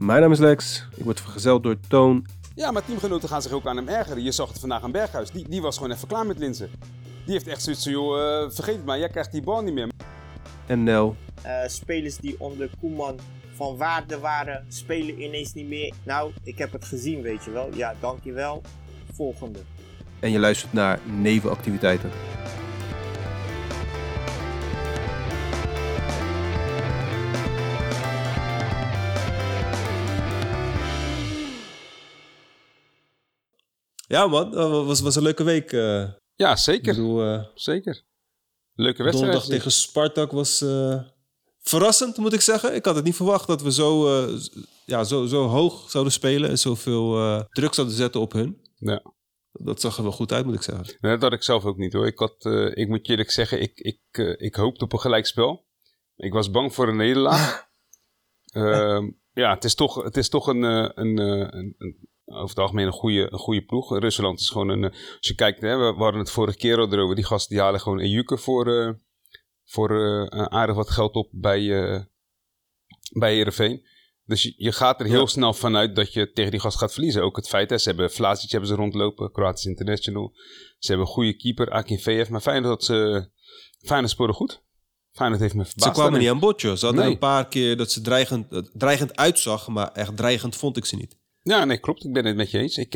Mijn naam is Lex, ik word vergezeld door Toon. Ja, maar teamgenoten gaan zich ook aan hem ergeren. Je zag het vandaag aan Berghuis. Die was gewoon even klaar met Linzen. Die heeft echt zoiets van, joh, vergeet het maar, jij krijgt die bal niet meer. En Nel. Spelers die onder Koeman van waarde waren, spelen ineens niet meer. Nou, ik heb het gezien, weet je wel. Ja, dankjewel. Volgende. En je luistert naar Nevenactiviteiten. Ja man, was een leuke week. Ja, zeker. Ik bedoel, zeker. Leuke wedstrijd. Donderdag tegen Spartak was verrassend, moet ik zeggen. Ik had het niet verwacht dat we zo hoog zouden spelen en zoveel druk zouden zetten op hun. Ja. Dat zag er wel goed uit, moet ik zeggen. Nee, dat had ik zelf ook niet hoor. Ik moet je eerlijk zeggen, ik hoopte op een gelijkspel. Ik was bang voor een nederlaag. Ja, het is toch een over het algemeen een goede ploeg. Rusland is gewoon als je kijkt, hè, we hadden het vorige keer al erover. Die gasten die halen gewoon Ejuke voor aardig wat geld op bij Heerenveen. Dus je gaat er heel snel vanuit dat je tegen die gast gaat verliezen. Ook het feit, hè, ze hebben Vlasic hebben ze rondlopen, Kroatisch International. Ze hebben een goede keeper, Akinfeev. Maar Feyenoord speelde goed. Feyenoord heeft me verbaasd. Ze kwamen niet aan bod, joh. Ze hadden een paar keer dat ze dreigend uitzag, maar echt dreigend vond ik ze niet. Ja, nee, klopt. Ik ben het met je eens. Ik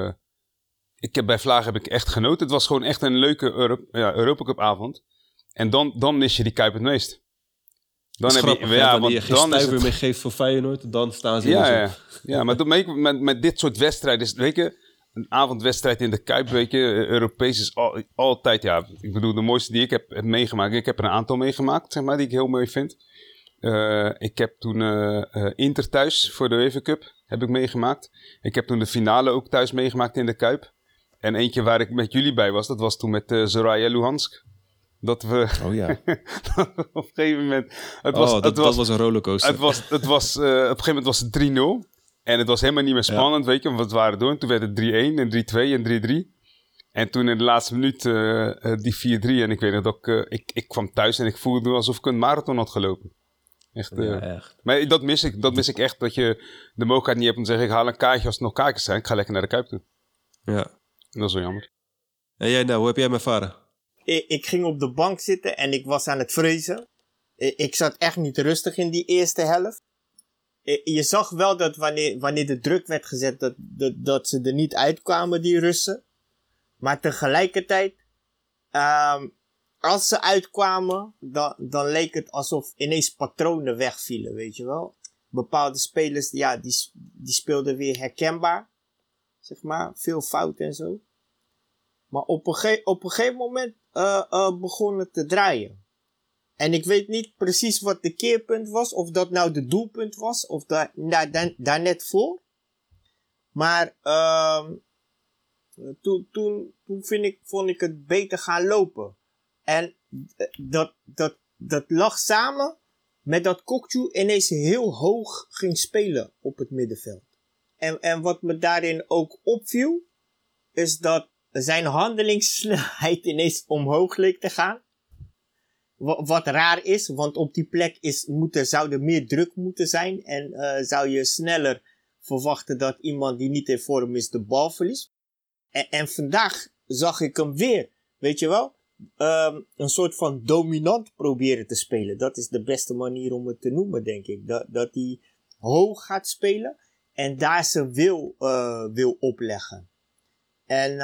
heb bij Vlaag heb ik echt genoten. Het was gewoon echt een leuke Europa Cup avond. En dan mis je die Kuip het meest. Dan heb grappig, je, wanneer je geen stuiver meer geeft voor Feyenoord, dan staan ze in de zon. Ja, maar met dit soort wedstrijden, weet je, een avondwedstrijd in de Kuip, weet je, Europees is altijd, ja, ik bedoel, de mooiste die ik heb meegemaakt. Ik heb er een aantal meegemaakt, zeg maar, die ik heel mooi vind. Ik heb toen Inter thuis voor de UEFA Cup heb ik meegemaakt. Ik heb toen de finale ook thuis meegemaakt in de Kuip. En eentje waar ik met jullie bij was, dat was toen met Zoraya Luhansk. Dat we... Oh ja. op een gegeven moment... Dat was een rollercoaster. Op een gegeven moment was het 3-0. En het was helemaal niet meer spannend, weet je. Want we waren door. En toen werd het 3-1 en 3-2 en 3-3. En toen in de laatste minuut die 4-3. En ik weet nog dat ik kwam thuis en ik voelde alsof ik een marathon had gelopen. Echt. Echt. Maar dat mis ik echt. Dat je de mogelijkheid niet hebt om te zeggen, ik haal een kaartje als er nog kaartjes zijn. Ik ga lekker naar de Kuip toe. Ja. En dat is wel jammer. En jij nou, hoe heb jij hem ervaren? Ik ging op de bank zitten en ik was aan het vrezen. Ik zat echt niet rustig in die eerste helft. Je zag wel dat wanneer de druk werd gezet, dat ze er niet uitkwamen, die Russen. Maar tegelijkertijd, als ze uitkwamen, dan leek het alsof ineens patronen wegvielen, weet je wel. Bepaalde spelers, ja, die speelden weer herkenbaar. Zeg maar, veel fouten en zo. Maar op een gegeven moment begon het te draaien. En ik weet niet precies wat de keerpunt was. Of dat nou de doelpunt was. Of daar net voor. Maar toen vond ik het beter gaan lopen. En dat lag samen met dat Kokju ineens heel hoog ging spelen op het middenveld. En wat me daarin ook opviel, is dat zijn handelingssnelheid ineens omhoog leek te gaan. Wat raar is, want op die plek zou er meer druk moeten zijn. En zou je sneller verwachten dat iemand die niet in vorm is de bal verliest. En vandaag zag ik hem weer, weet je wel, een soort van dominant proberen te spelen. Dat is de beste manier om het te noemen, denk ik. Dat hij hoog gaat spelen en daar zijn wil opleggen. En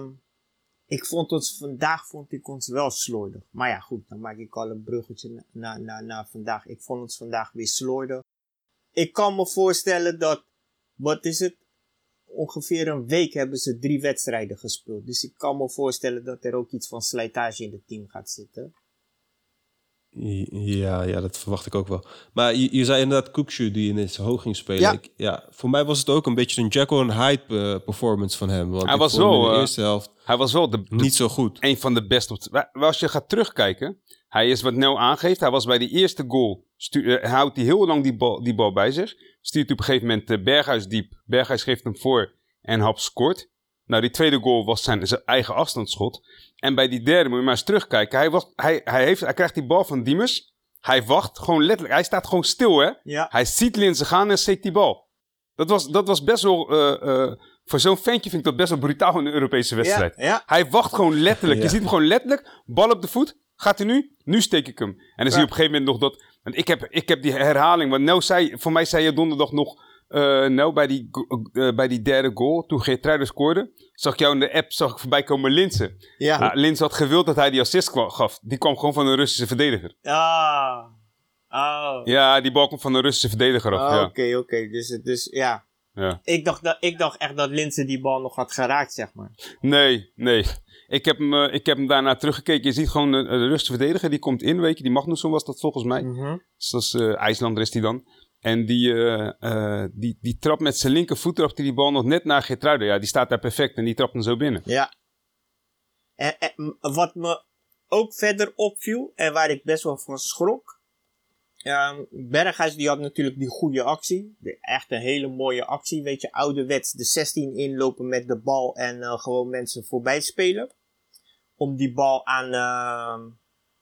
vandaag vond ik ons wel slordig. Maar ja, goed, dan maak ik al een bruggetje naar vandaag. Ik vond ons vandaag weer slordig. Ik kan me voorstellen dat, wat is het? Ongeveer een week hebben ze 3 wedstrijden gespeeld. Dus ik kan me voorstellen dat er ook iets van slijtage in het team gaat zitten. Ja, dat verwacht ik ook wel. Maar je zei inderdaad Kokju die ineens hoog ging spelen. Ja. Voor mij was het ook een beetje een Jekyll en Hyde performance van hem. Want hij was wel in de eerste helft hij was wel niet zo goed. Een van de beste. Als je gaat terugkijken, hij is wat Nel aangeeft. Hij was bij die eerste goal. Houdt hij heel lang die bal bij zich. Stuurt op een gegeven moment Berghuis diep. Berghuis geeft hem voor en Hap scoort. Nou, die tweede goal was zijn eigen afstandsschot. En bij die derde moet je maar eens terugkijken. Hij krijgt die bal van Diemers. Hij wacht gewoon letterlijk. Hij staat gewoon stil, hè? Ja. Hij ziet Linzen gaan en steekt die bal. Dat was best wel... voor zo'n ventje vind ik dat best wel brutaal in een Europese wedstrijd. Ja. Hij wacht gewoon letterlijk. Ja. Je ziet hem gewoon letterlijk. Bal op de voet. Gaat hij nu? Nu steek ik hem. En dan zie je op een gegeven moment nog dat... Want ik heb die herhaling. Want voor mij zei je donderdag nog... bij die derde goal, toen Geertruida scoorde, zag ik jou in de app voorbij komen Linse. Ja. Linse had gewild dat hij die assist gaf. Die kwam gewoon van een Russische verdediger. Ah. Oh. Ja, die bal komt van een Russische verdediger af. Oké. Dus ja. Ja. Ik dacht echt dat Linse die bal nog had geraakt, zeg maar. Nee. Ik heb hem daarna teruggekeken. Je ziet gewoon de Russische verdediger, die komt in, weet je. Die Magnusson was dat volgens mij. Mm-hmm. Dus dat is IJslander is die dan. En die trapt met zijn linkervoet, trapt hij die bal nog net naar Geertruida. Ja, die staat daar perfect en die trapt hem zo binnen. Ja. En wat me ook verder opviel, en waar ik best wel van schrok. Berghuis die had natuurlijk die goede actie. Echt een hele mooie actie. Weet je, ouderwets de 16 inlopen met de bal en gewoon mensen voorbij spelen. Om die bal aan,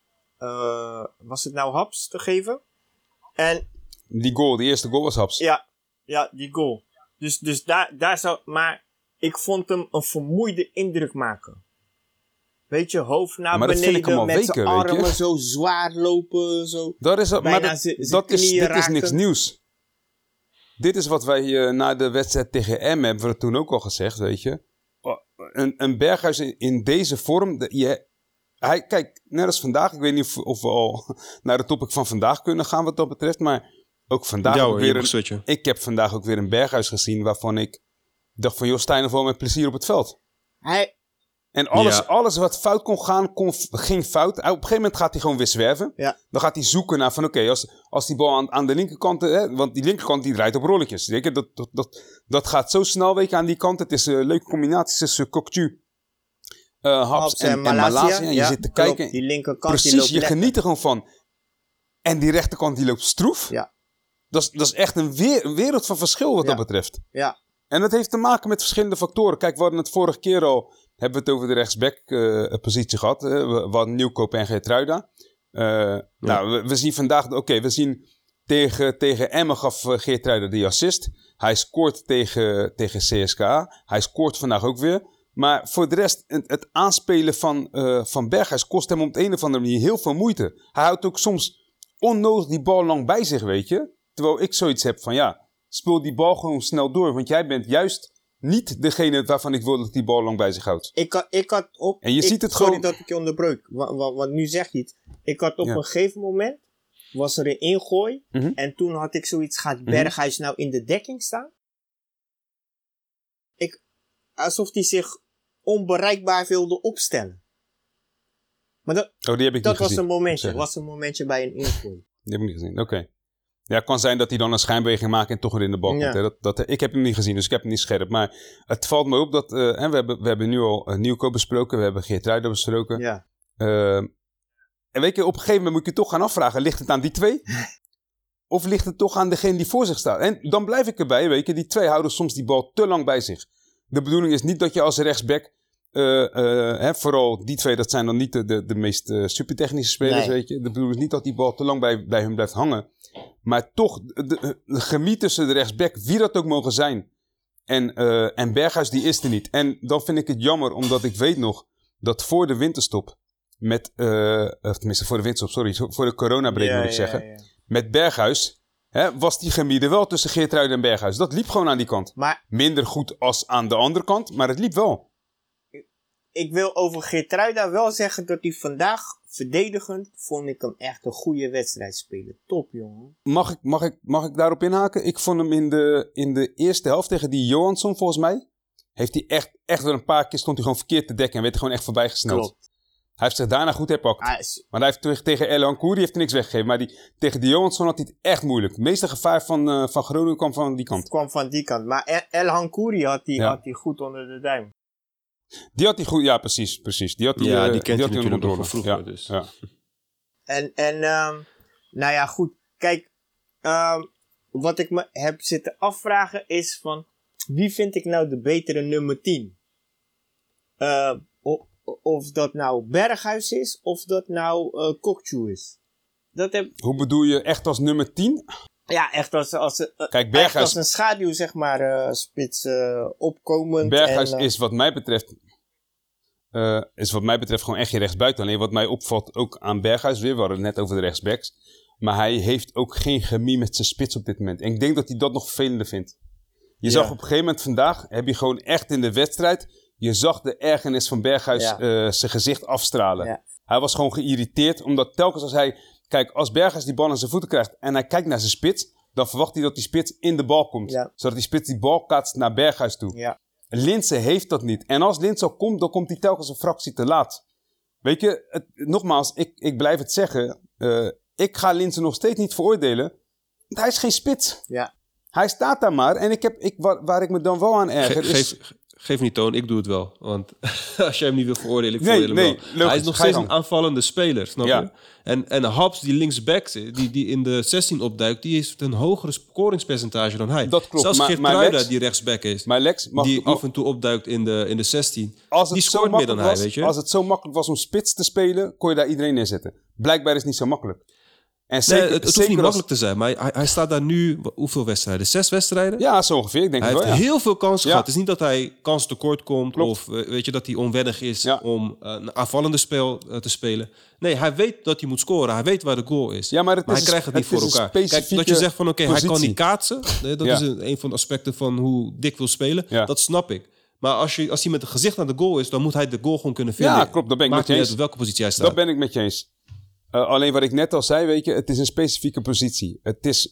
was het nou Haps te geven? En Die eerste goal was Haps. Ja, die goal. Dus daar zou... Maar ik vond hem een vermoeide indruk maken. Weet je, hoofd naar beneden, met zijn armen zo zwaar lopen. Zo Dit is niks nieuws. Dit is wat wij na de wedstrijd tegen Emmen hebben we toen ook al gezegd, weet je. Een Berghuis in deze vorm... Kijk, net als vandaag, ik weet niet of we al naar de topic van vandaag kunnen gaan wat dat betreft, maar ook vandaag ik heb vandaag ook weer een Berghuis gezien waarvan ik dacht van, joh, sta je nog wel met plezier op het veld. En alles wat fout kon gaan, ging fout. Op een gegeven moment gaat hij gewoon weer zwerven. Ja. Dan gaat hij zoeken naar van oké, als die bal aan de linkerkant... want die linkerkant die draait op rolletjes. Weet je, dat gaat zo snel, weet je, aan die kant. Het is een leuke combinatie tussen Cocktu, Haps en Malaysia. En je zit te kijken. Die linkerkant, precies, je geniet er gewoon van. En die rechterkant die loopt stroef. Ja. Dat is echt een wereld van verschil wat dat betreft. Ja. En dat heeft te maken met verschillende factoren. Kijk, we hadden het vorige keer al... Hebben we het over de rechtsback-positie gehad. We hadden Nieuwkoop en Geertruida. Nou, we zien vandaag... we zien tegen Emmen gaf Geertruida die assist. Hij scoort tegen CSKA. Hij scoort vandaag ook weer. Maar voor de rest, het aanspelen van Berghuis kost hem op de een of andere manier heel veel moeite. Hij houdt ook soms onnodig die bal lang bij zich, weet je. Terwijl ik zoiets heb van, speel die bal gewoon snel door. Want jij bent juist... niet degene waarvan ik wil dat die bal lang bij zich houdt. Ik had op... En je ziet het sorry gewoon... dat ik je onderbreuk. Want nu zeg je het. Ik had op een gegeven moment... was er een ingooi. Mm-hmm. En toen had ik zoiets... gaat Berghuis nou in de dekking staan? Alsof hij zich onbereikbaar wilde opstellen. Maar die heb ik niet gezien. Was een momentje. Was een momentje bij een ingooi. Die heb ik niet gezien. Oké. Ja, het kan zijn dat hij dan een schijnbeweging maakt en toch weer in de bal komt. Hè? Ik heb hem niet gezien, dus ik heb hem niet scherp. Maar het valt me op dat... we hebben nu al Nieuwkoop besproken. We hebben Geertruida besproken. Ja. En weet je, op een gegeven moment moet je toch gaan afvragen... ligt het aan die twee? Of ligt het toch aan degene die voor zich staat? En dan blijf ik erbij, weet je. Die twee houden soms die bal te lang bij zich. De bedoeling is niet dat je als rechtsback... vooral die twee, dat zijn dan niet de meest supertechnische spelers, weet je. De bedoeling is niet dat die bal te lang bij hun blijft hangen. Maar toch, de chemie tussen de rechtsback, wie dat ook mogen zijn. En Berghuis, die is er niet. En dan vind ik het jammer, omdat ik weet nog dat voor de winterstop... tenminste, voor de winterstop, sorry. Voor de coronabreak moet ik zeggen. Ja. Met Berghuis was die chemie er wel tussen Geertruida en Berghuis. Dat liep gewoon aan die kant. Maar, minder goed als aan de andere kant, maar het liep wel. Ik wil over Geertruida wel zeggen dat hij vandaag verdedigend vond ik hem echt een goede wedstrijd spelen. Top, jongen. Mag ik daarop inhaken? Ik vond hem in de eerste helft tegen die Johansson, volgens mij, heeft hij echt wel een paar keer stond hij gewoon verkeerd te dekken en werd er gewoon echt voorbij gesneld. Klopt. Hij heeft zich daarna goed herpakt. Maar hij heeft tegen El Hankouri heeft hij niks weggegeven. Maar tegen die Johansson had hij het echt moeilijk. Het meeste gevaar van Groningen kwam van die kant. Maar El Hankouri had hij goed onder de duim. Die had hij goed, ja, precies. Die had hij, die kent hij natuurlijk nog van vroeger. Ja. Dus. Ja. En nou ja, goed. Kijk, wat ik me heb zitten afvragen is van... wie vind ik nou de betere nummer 10? Of dat nou Berghuis is, of dat nou Cocktu is. Hoe bedoel je echt als nummer 10? Ja, echt Kijk, Berghuis... als een schaduw, zeg maar, spits opkomend. Berghuis is wat mij betreft... gewoon echt je rechtsbuiten. Alleen wat mij opvalt ook aan Berghuis weer. We hadden het net over de rechtsbacks. Maar hij heeft ook geen chemie met zijn spits op dit moment. En ik denk dat hij dat nog vervelender vindt. Je zag op een gegeven moment vandaag... heb je gewoon echt in de wedstrijd... je zag de ergernis van Berghuis zijn gezicht afstralen. Ja. Hij was gewoon geïrriteerd. Omdat telkens als hij... Kijk, als Berghuis die bal aan zijn voeten krijgt... en hij kijkt naar zijn spits... dan verwacht hij dat die spits in de bal komt. Ja. Zodat die spits die bal kaatst naar Berghuis toe. Ja. Linse heeft dat niet. En als Linse al komt, dan komt hij telkens een fractie te laat. Weet je, nogmaals, ik blijf het zeggen. Ik ga Linse nog steeds niet veroordelen. Hij is geen spits. Ja. Hij staat daar maar. En waar ik me dan wel aan erger Geef niet, Toon, ik doe het wel. Want als jij hem niet wil veroordelen, ik veroordeel hem wel. Logisch, hij is nog steeds een aanvallende speler, snap je? En Haps, die linksback, die in de 16 opduikt... die heeft een hogere scoringspercentage dan hij. Dat klopt. Zelfs Geertruida, die rechtsback is... Maar Lex, die af en toe opduikt in de 16... die scoort meer dan hij, weet je? Als het zo makkelijk was om spits te spelen... kon je daar iedereen neerzetten. Blijkbaar is het niet zo makkelijk. En zeker, het hoeft niet makkelijk te zijn, maar hij staat daar nu... Hoeveel wedstrijden? 6 wedstrijden? Ja, zo ongeveer. Ik denk hij het wel, heeft heel veel kansen gehad. Het is niet dat hij kans tekort komt... Klopt. Of weet je, dat hij onwennig is om een aanvallende spel te spelen. Nee, hij weet dat hij moet scoren. Hij weet waar de goal is. Ja, maar hij krijgt het niet voor elkaar. Kijk, dat je zegt van oké, hij kan niet kaatsen. Dat is een van de aspecten van hoe Dick wil spelen. Ja. Dat snap ik. Maar als hij met het gezicht naar de goal is... dan moet hij de goal gewoon kunnen vinden. Ja, klopt. Dat ben ik met je eens. Maakt niet uit welke positie hij staat. Dat ben ik met je eens. Alleen wat ik net al zei, weet je, het is een specifieke positie. Het is,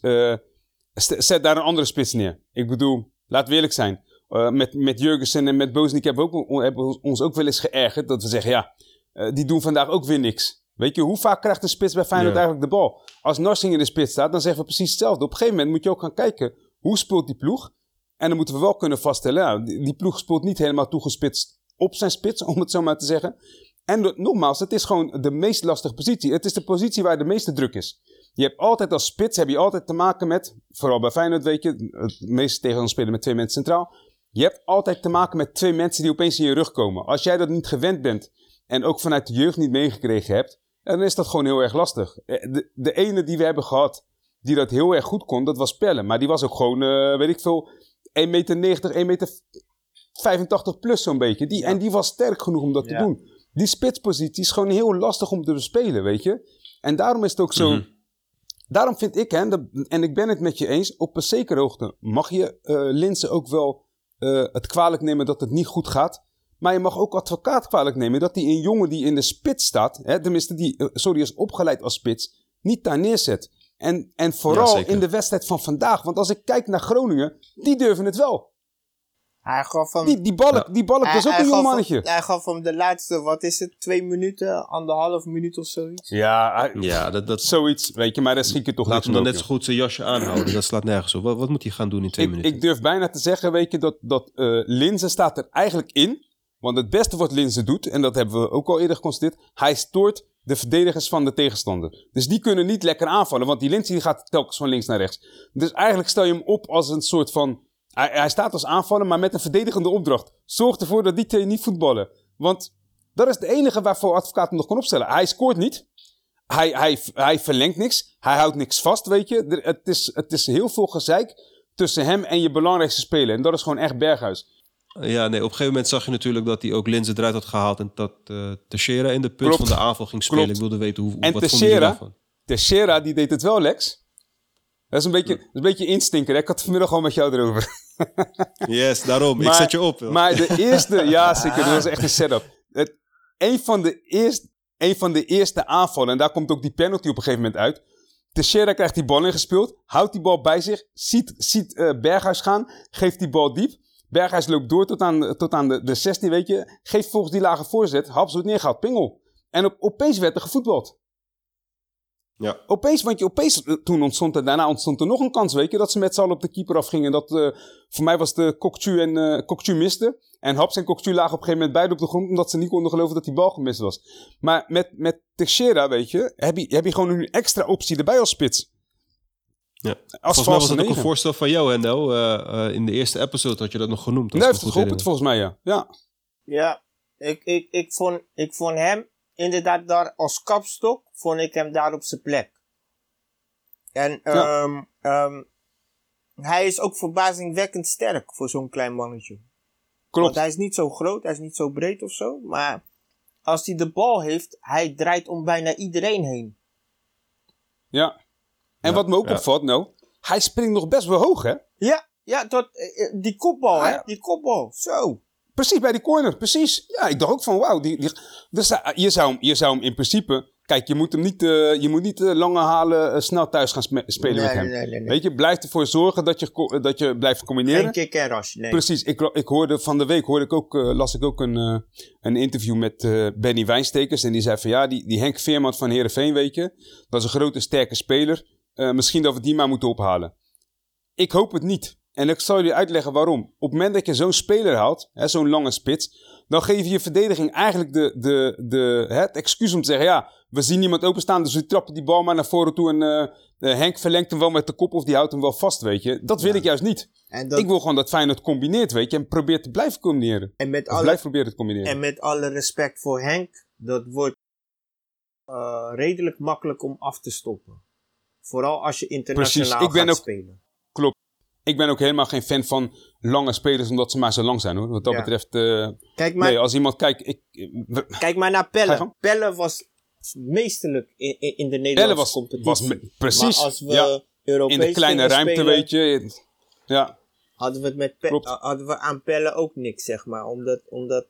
zet daar een andere spits neer. Ik bedoel, laten we eerlijk zijn. Met Jurgensen en met Boznik hebben we ons ook wel eens geërgerd. Dat we zeggen, die doen vandaag ook weer niks. Weet je, hoe vaak krijgt de spits bij Feyenoord eigenlijk de bal? Als Narsing in de spits staat, dan zeggen we precies hetzelfde. Op een gegeven moment moet je ook gaan kijken, hoe speelt die ploeg? En dan moeten we wel kunnen vaststellen, die ploeg speelt niet helemaal toegespitst op zijn spits, om het zo maar te zeggen. En nogmaals, het is gewoon de meest lastige positie. Het is de positie waar de meeste druk is. Je hebt altijd als spits te maken met, vooral bij Feyenoord weet je, het meeste tegenstander spelen met 2 mensen centraal. Je hebt altijd te maken met 2 mensen die opeens in je rug komen. Als jij dat niet gewend bent en ook vanuit de jeugd niet meegekregen hebt, dan is dat gewoon heel erg lastig. De ene die we hebben gehad, die dat heel erg goed kon, dat was Pelle. Maar die was ook gewoon, 1,90 meter, 1,85 meter plus zo'n beetje. En die was sterk genoeg om dat te doen. Die spitspositie is gewoon heel lastig om te bespelen, weet je. En daarom is het ook zo... Mm-hmm. Daarom vind ik, en ik ben het met je eens... op een zekere hoogte mag je Linse ook wel het kwalijk nemen dat het niet goed gaat. Maar je mag ook advocaat kwalijk nemen... dat die een jongen die in de spits staat... tenminste, die is opgeleid als spits... niet daar neerzet. En vooral in de wedstrijd van vandaag. Want als ik kijk naar Groningen... die durven het wel. Hij gaf hem, die balk was ook een jong mannetje. Hij gaf hem de laatste, wat is het, 2 minuten, 1,5 minuut of zoiets. Ja, dat zoiets, weet je, maar daar schiet je toch laat hem dan net zo goed zijn jasje aanhouden. Dat slaat nergens op. Wat moet hij gaan doen in 2 minuten? Ik durf bijna te zeggen, weet je, dat Linse staat er eigenlijk in. Want het beste wat Linse doet, en dat hebben we ook al eerder geconstateerd, hij stoort de verdedigers van de tegenstander. Dus die kunnen niet lekker aanvallen, want die Linse die gaat telkens van links naar rechts. Dus eigenlijk stel je hem op als een soort van... Hij staat als aanvaller, maar met een verdedigende opdracht. Zorg ervoor dat die 2 niet voetballen. Want dat is het enige waarvoor advocaat hem nog kan opstellen. Hij scoort niet. Hij verlengt niks. Hij houdt niks vast, weet je. Het is heel veel gezeik tussen hem en je belangrijkste speler. En dat is gewoon echt Berghuis. Ja, nee, op een gegeven moment zag je natuurlijk dat hij ook Linse eruit had gehaald. En dat Teixeira in de punt van de aanval ging spelen. Klopt. Ik wilde weten wat vond je daarvan. Teixeira, die deed het wel, Lex. Dat is een beetje instinker. Hè? Ik had het vanmiddag al met jou erover. Yes, daarom. Ik zet je op. Joh. Maar de eerste... Ja, zeker. Dat was echt een setup. Een van de eerste aanvallen... En daar komt ook die penalty op een gegeven moment uit. Teixeira krijgt die bal ingespeeld. Houdt die bal bij zich. Ziet Berghuis gaan. Geeft die bal diep. Berghuis loopt door tot aan de 16, weet je. Geeft volgens die lage voorzet. Haps wordt neergehaald. Pingel. En opeens werd er gevoetbald. Ja. Opeens, toen daarna ontstond er nog een kans, weet je, dat ze met z'n allen op de keeper afgingen. Dat, voor mij was de Cocktu miste. En Haps en Cocktu lagen op een gegeven moment beide op de grond, omdat ze niet konden geloven dat die bal gemist was. Maar met Teixeira, weet je, heb je gewoon een extra optie erbij als spits. Ja. Volgens mij was het ook een voorstel van jou, Hendo. In de eerste episode had je dat nog genoemd. Nee, heeft het geholpen, volgens mij, ja. Ja, ik vond hem... Inderdaad, daar als kapstok vond ik hem daar op zijn plek. En hij is ook verbazingwekkend sterk voor zo'n klein mannetje. Klopt. Want hij is niet zo groot, hij is niet zo breed of zo. Maar als hij de bal heeft, hij draait om bijna iedereen heen. Ja. En wat me ook opvalt, hij springt nog best wel hoog, hè? Ja, die kopbal, hè? Die kopbal, zo. Precies, bij die corner, precies. Ja, ik dacht ook van, wauw. Dus je zou hem in principe... Kijk, je moet niet lange halen snel thuis gaan spelen met hem. Nee. Weet je, blijf ervoor zorgen dat je blijft combineren. Geen kick en rush, nee. Precies, ik hoorde van de week, las ik ook een interview met Benny Wijnstekers. En die zei van, ja, die Henk Veerman van Heerenveen, weet je. Dat is een grote, sterke speler. Misschien dat we die maar moeten ophalen. Ik hoop het niet. En ik zal je uitleggen waarom. Op het moment dat je zo'n speler haalt, zo'n lange spits, dan geef je je verdediging eigenlijk het excuus om te zeggen, ja, we zien niemand openstaan, dus we trappen die bal maar naar voren toe en Henk verlengt hem wel met de kop of die houdt hem wel vast, weet je. Dat wil ik juist niet. Ik wil gewoon dat Feyenoord combineert, weet je, en probeert te blijven combineren. Blijf proberen te combineren. En met alle respect voor Henk, dat wordt redelijk makkelijk om af te stoppen. Vooral als je internationaal gaat spelen. Klopt. Ik ben ook helemaal geen fan van lange spelers, omdat ze maar zo lang zijn, hoor. Wat dat betreft... als iemand kijkt... Kijk maar naar Pelle. Pelle was meesterlijk in de Nederlandse competitie. Precies. Maar als we Europees in de kleine ruimte, spelen, weet je. Ja. Hadden we aan Pelle ook niks, zeg maar. Omdat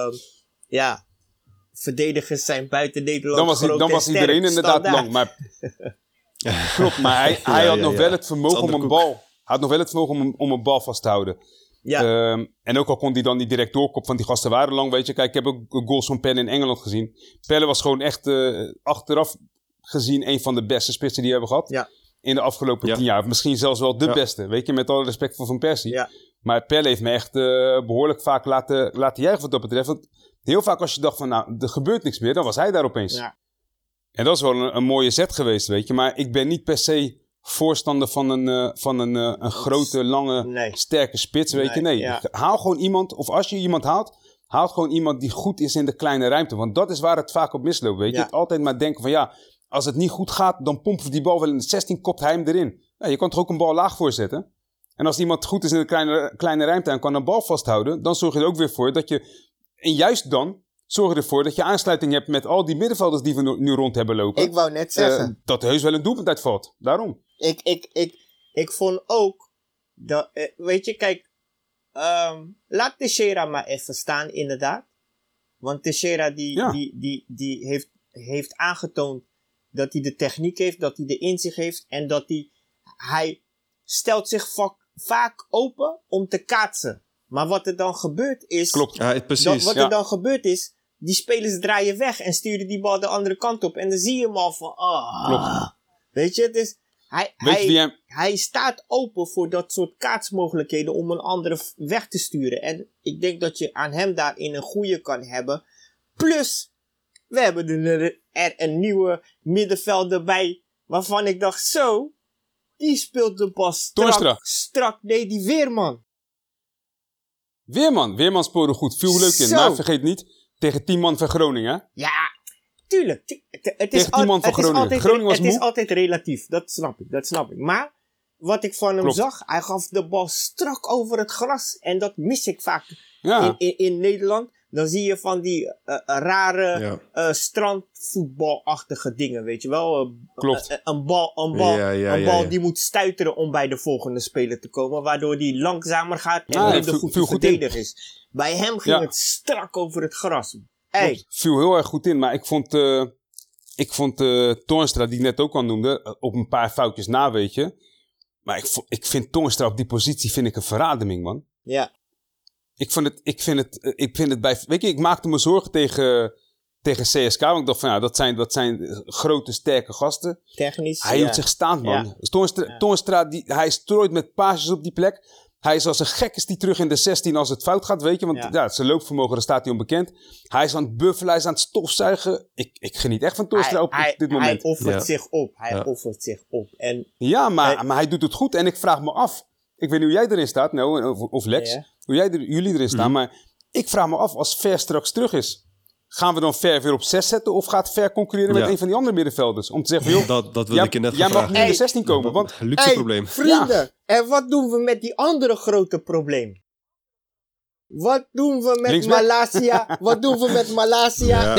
verdedigers zijn buiten Nederland dan was iedereen inderdaad lang. Maar, klopt, maar hij had nog wel het vermogen om een bal... Hij had nog wel het vermogen om een bal vast te houden. Ja. En ook al kon hij dan niet direct doorkoppen, want die gasten waren lang, weet je. Kijk, ik heb ook goals van Pelle in Engeland gezien. Pelle was gewoon echt achteraf gezien een van de beste spitsen die we hebben gehad. In de afgelopen 10 jaar. Misschien zelfs wel de beste, weet je. Met alle respect voor Van Persie. Ja. Maar Pelle heeft me echt behoorlijk vaak laten juichen wat dat betreft. Want heel vaak als je dacht van, nou, er gebeurt niks meer, dan was hij daar opeens. Ja. En dat is wel een mooie zet geweest, weet je. Maar ik ben niet per se... voorstander van een grote, lange, sterke spits, weet je. Nee, haal gewoon iemand, of als je iemand haalt, haal gewoon iemand die goed is in de kleine ruimte. Want dat is waar het vaak op misloopt, weet je. Het altijd maar denken van, ja, als het niet goed gaat, dan pompen we die bal wel in de 16, kopt hij hem erin. Ja, je kan toch ook een bal laag voorzetten? En als iemand goed is in de kleine ruimte en kan een bal vasthouden, dan zorg je er ook weer voor dat je, en juist dan, zorg je ervoor dat je aansluiting hebt met al die middenvelders die we nu rond hebben lopen. Ik wou net zeggen. Dat er heus wel een doelpunt uitvalt. Daarom. Ik vond ook dat, weet je, kijk, laat Teixeira maar even staan, inderdaad. Want Teixeira die heeft aangetoond dat hij de techniek heeft, dat hij de inzicht heeft en dat hij stelt zich vaak open om te kaatsen. Maar wat er dan gebeurt is... Klopt, precies. Wat er dan gebeurt is, die spelers draaien weg en sturen die bal de andere kant op. En dan zie je hem al van... Klopt. Weet je, dus hij staat open voor dat soort kaatsmogelijkheden om een andere weg te sturen. En ik denk dat je aan hem daarin een goede kan hebben. Plus, we hebben er een nieuwe middenvelder bij, waarvan ik dacht, zo, die speelt de bal strak. Nee, die Weerman. Weerman speelde goed, viel leuk in. Maar vergeet niet, tegen 10 man van Groningen. Ja, tuurlijk. Het is altijd relatief, dat snap ik. Maar wat ik van hem zag, hij gaf de bal strak over het gras. En dat mis ik vaak in Nederland. Dan zie je van die rare strandvoetbalachtige dingen, weet je wel. Klopt. Een bal die moet stuiteren om bij de volgende speler te komen. Waardoor die langzamer gaat en minder goed te verdedigen is. Bij hem ging het strak over het gras. Hey. Viel heel erg goed in, maar ik vond Toornstra, die ik net ook al noemde, op een paar foutjes na, weet je. Maar ik vind Toornstra op die positie vind ik een verademing, man. Ja. Ik vind het bij... Weet je, ik maakte me zorgen tegen CSK. Want ik dacht van, dat zijn grote, sterke gasten. Technisch, hij hield zich staand, man. Ja. Toornstra, hij strooit met paasjes op die plek. Hij is als een gek is die terug in de 16 als het fout gaat, weet je. Want zijn loopvermogen, daar staat hij onbekend. Hij is aan het buffelen, hij is aan het stofzuigen. Ik geniet echt van Toornstra op dit moment. Hij offert zich op. Offert zich op. En, maar hij doet het goed. En ik vraag me af... Ik weet niet hoe jij erin staat, of Lex. Hoe jullie erin staan. Maar ik vraag me af, als Ver straks terug is. Gaan we dan Ver weer op 6 zetten? Of gaat Ver concurreren met een van die andere middenvelders? Om te zeggen, joh, dat wil ik je net jij mag niet in de 16 komen. Want luxe probleem. Vrienden, en wat doen we met die andere grote probleem? Wat doen we met Malasia? Wat doen we met Malasia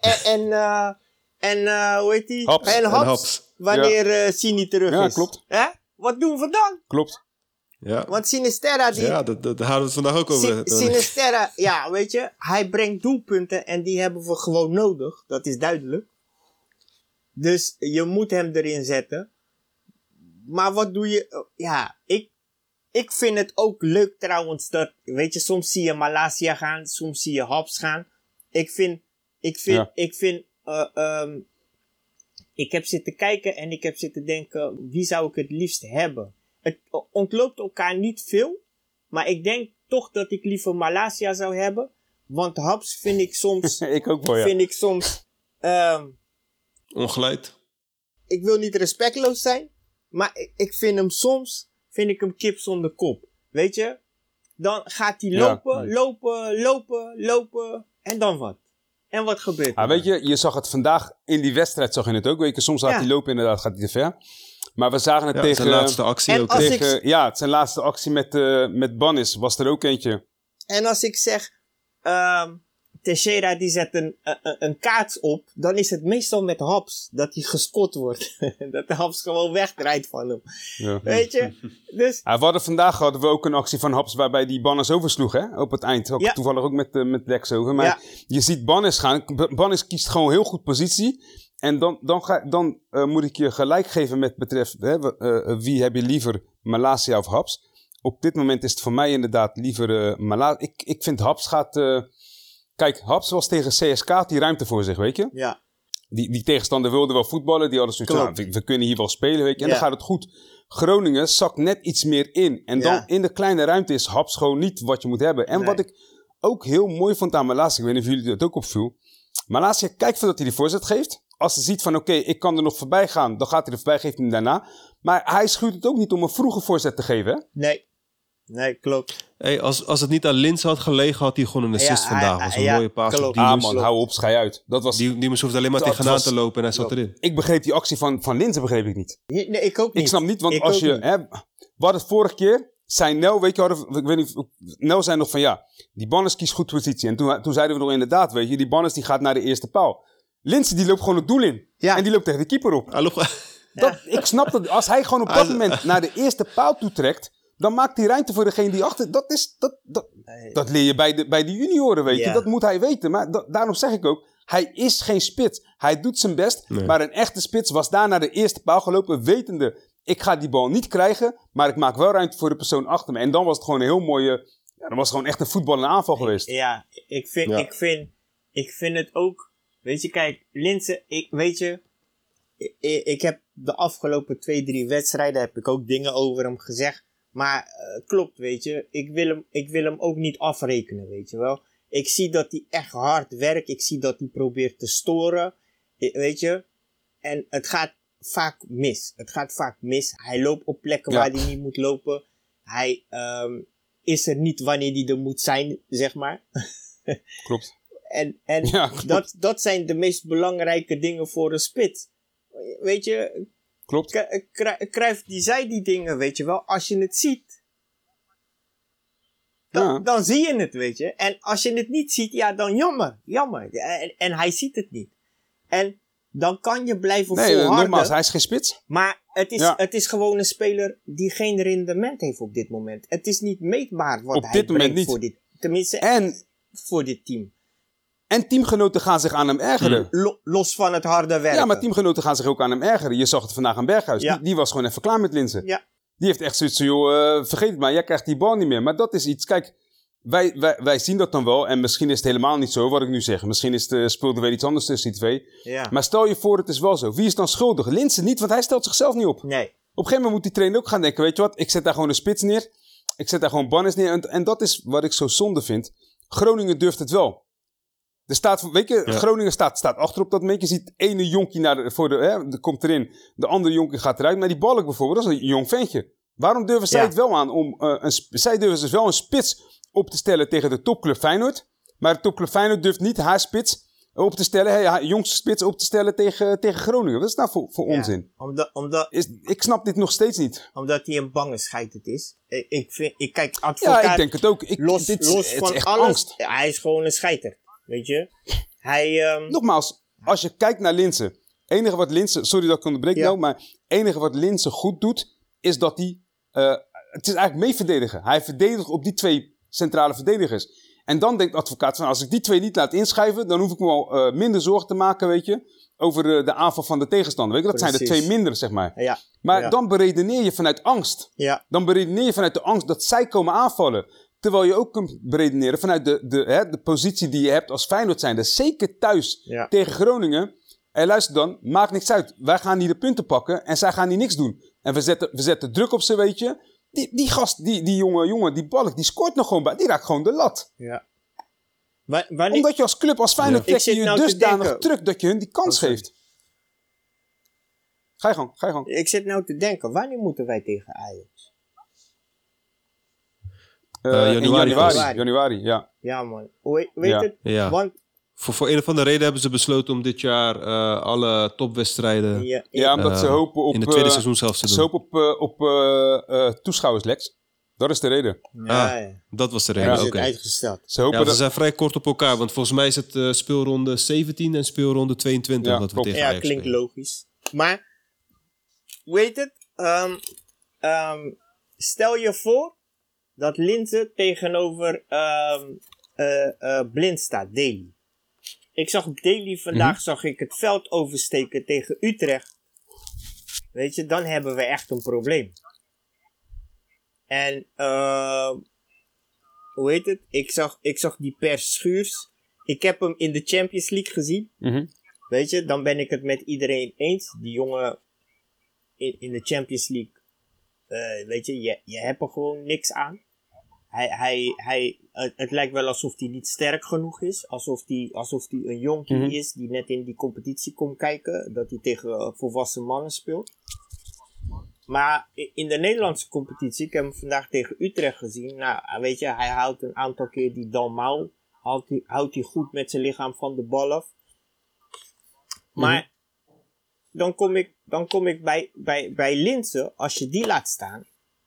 en hoe heet die? Haps. En Haps. Wanneer Sini terug is. Ja, klopt. Wat doen we dan? Klopt. Ja. Want Sinisterra die... Ja, daar hadden we het vandaag ook over. Sinisterra, ja, weet je, hij brengt doelpunten en die hebben we gewoon nodig. Dat is duidelijk. Dus je moet hem erin zetten. Maar wat doe je... Ja, ik vind het ook leuk trouwens dat... Weet je, soms zie je Malasia gaan, soms zie je Haps gaan. Ik heb zitten kijken en ik heb zitten denken, wie zou ik het liefst hebben? Het ontloopt elkaar niet veel, maar ik denk toch dat ik liever Malasia zou hebben. Want Haps vind ik soms... ik ook wel, ja. Vind ik soms... Ongeleid. Ik wil niet respectloos zijn, maar ik vind hem soms... Vind ik hem kip zonder kop. Weet je? Dan gaat hij lopen. En dan wat? En wat gebeurt er? Weet je zag het vandaag in die wedstrijd, zag je het ook. Weet je, soms laat hij lopen, inderdaad, gaat hij te ver. Maar we zagen het tegen... zijn laatste actie ook. Het zijn laatste actie met Bannis was er ook eentje. En als ik zeg... Teixeira die zet een kaats op, dan is het meestal met Haps dat hij gescot wordt. Dat de Haps gewoon wegdraait van hem. Ja. Weet je? Dus... Vandaag hadden we ook een actie van Haps waarbij die Bannis oversloeg, hè? Op het eind. Toevallig ook met Lex over. Maar je ziet Bannis gaan. Bannis kiest gewoon heel goed positie. En dan moet ik je gelijk geven met betreft wie heb je liever, Malasia of Haps. Op dit moment is het voor mij inderdaad liever Malasia. Ik vind Haps gaat... Kijk, Haps was tegen CSK, had die ruimte voor zich, weet je? Ja. Die tegenstander wilde wel voetballen. Die hadden zoiets van, we kunnen hier wel spelen, weet je? En dan gaat het goed. Groningen zakt net iets meer in. En dan in de kleine ruimte is Haps gewoon niet wat je moet hebben. En wat ik ook heel mooi vond aan Malasia, ik weet niet of jullie dat ook opviel. Malasia kijkt voordat hij de voorzet geeft. Als hij ziet van, oké, ik kan er nog voorbij gaan, dan gaat hij er voorbij, geeft hij hem daarna. Maar hij schuurt het ook niet om een vroege voorzet te geven, hè? Nee, klopt. Hey, als het niet aan Lins had gelegen, had hij gewoon een assist vandaag. Dat was een mooie paas op Diemers. Man, hou op, schei uit. Diemers hoefde alleen maar tegenaan te lopen en hij zat erin. Ik begreep die actie van Linzen, begreep ik niet. Nee, ik ook niet. Ik snap niet, want als je... we hadden het vorige keer, zei Nel, weet je, ik weet niet, Nel zei nog van die Bannis kiest goed positie. En toen zeiden we nog inderdaad, weet je, die Bannis die gaat naar de eerste paal. Linzen die loopt gewoon het doel in. Ja. En die loopt tegen de keeper op. Ik snap dat, als hij gewoon op dat moment naar de eerste paal toetrekt, dan maakt hij ruimte voor degene die achter... Dat leer je bij de junioren, weet je. Dat moet hij weten. Maar daarom zeg ik ook, hij is geen spits. Hij doet zijn best. Nee. Maar een echte spits was daar naar de eerste paal gelopen, wetende, ik ga die bal niet krijgen, maar ik maak wel ruimte voor de persoon achter me. En dan was het gewoon een heel mooie... Ja, dan was het gewoon echt een voetballende aanval geweest. Ja, ik vind het ook... Weet je, kijk, Linzen, ik heb de afgelopen 2-3 wedstrijden, heb ik ook dingen over hem gezegd. Maar klopt, weet je. Ik wil hem ook niet afrekenen, weet je wel. Ik zie dat hij echt hard werkt. Ik zie dat hij probeert te storen. Weet je. En het gaat vaak mis. Hij loopt op plekken waar hij niet moet lopen. Hij is er niet wanneer hij er moet zijn, zeg maar. Klopt. En dat zijn de meest belangrijke dingen voor een spits. Weet je... Klopt. Cruijff die zei die dingen, weet je wel. Als je het ziet, dan zie je het, weet je. En als je het niet ziet, dan jammer. En hij ziet het niet. En dan kan je blijven volharden. Nogmaals, hij is geen spits. Maar het is gewoon een speler die geen rendement heeft op dit moment. Het is niet meetbaar wat hij brengt voor dit. Tenminste, voor dit team. En teamgenoten gaan zich aan hem ergeren. Los van het harde werk. Ja, maar teamgenoten gaan zich ook aan hem ergeren. Je zag het vandaag aan Berghuis. Ja. Die was gewoon even klaar met Linzen. Ja. Die heeft echt zoiets van, joh, vergeet het maar. Jij krijgt die bal niet meer. Maar dat is iets, kijk, wij zien dat dan wel. En misschien is het helemaal niet zo, wat ik nu zeg. Misschien speelt er weer iets anders tussen die twee. Ja. Maar stel je voor, het is wel zo. Wie is dan schuldig? Linzen niet, want hij stelt zichzelf niet op. Nee. Op een gegeven moment moet die trainer ook gaan denken, weet je wat? Ik zet daar gewoon een spits neer. Ik zet daar gewoon Bannis neer. En dat is wat ik zo zonde vind. Groningen durft het wel. Er staat, weet je, Groningen staat achterop dat moment. Je ziet ene jonkie komt erin. De andere jonkie gaat eruit. Maar die Balk bijvoorbeeld, dat is een jong ventje. Waarom durven zij het wel aan om... zij durven dus wel een spits op te stellen tegen de topclub Feyenoord. Maar de topclub Feyenoord durft niet haar spits op te stellen, jongste spits op te stellen tegen Groningen. Wat is nou voor onzin? Ik snap dit nog steeds niet. Omdat hij een bange scheiterd is. Ik kijk, advocaat... Ja, ik denk het ook. Los van echt alles, angst. hij is gewoon een scheiter. Weet je? Nogmaals, als je kijkt naar Linssen. Enige wat Linssen... Sorry dat ik onderbreek nou, maar enige wat Linssen goed doet, is dat hij... het is eigenlijk mee verdedigen. Hij verdedigt op die 2 centrale verdedigers. En dan denkt de advocaat van, als ik die 2 niet laat inschrijven, dan hoef ik me al minder zorgen te maken, weet je, over de aanval van de tegenstander. Weet je, dat zijn de 2 minder, zeg maar. Ja. Maar dan beredeneer je vanuit angst. Ja. Dan beredeneer je vanuit de angst dat zij komen aanvallen. Terwijl je ook kunt beredeneren vanuit de positie die je hebt als Feyenoord zijnde. Zeker thuis tegen Groningen. En luister dan, maakt niks uit. Wij gaan hier de punten pakken en zij gaan hier niks doen. En we zetten druk op ze, weet je. Die gast, die jongen, die Balk, die scoort nog gewoon bij. Die raakt gewoon de lat. Ja. Omdat je als club, als Feyenoord, trek je nou dusdanig terug dat je hun die kans geeft. Ga je gang. Ik zit nou te denken, wanneer moeten wij tegen Ajax? Januari, ja. Ja, man. Weet het? Ja. Want... Voor een of andere reden hebben ze besloten om dit jaar alle topwedstrijden... Ja, omdat ze hopen op... in het tweede seizoen zelfs te doen. Ze hopen op toeschouwers, Lex. Dat is de reden. Dat was de reden, oké. Okay. Uitgesteld. Ze zijn vrij kort op elkaar, want volgens mij is het speelronde 17 en speelronde 22 dat we tegen Ajax klinkt logisch. Maar, weet het? Stel je voor dat Linzen tegenover Blind staat, Daly. Ik zag Daly vandaag, zag ik het veld oversteken tegen Utrecht. Weet je, dan hebben we echt een probleem. En, hoe heet het? Ik zag die Per Schuurs. Ik heb hem in de Champions League gezien. Weet je, dan ben ik het met iedereen eens. Die jongen in de Champions League, weet je, je hebt er gewoon niks aan. Het lijkt wel alsof hij niet sterk genoeg is. Alsof hij een jonkie is die net in die competitie komt kijken. Dat hij tegen volwassen mannen speelt. Maar in de Nederlandse competitie, ik heb hem vandaag tegen Utrecht gezien. Nou, weet je, hij houdt een aantal keer die Dalmau. Houdt hij goed met zijn lichaam van de bal af. Maar dan kom ik bij Linssen, als je die laat staan.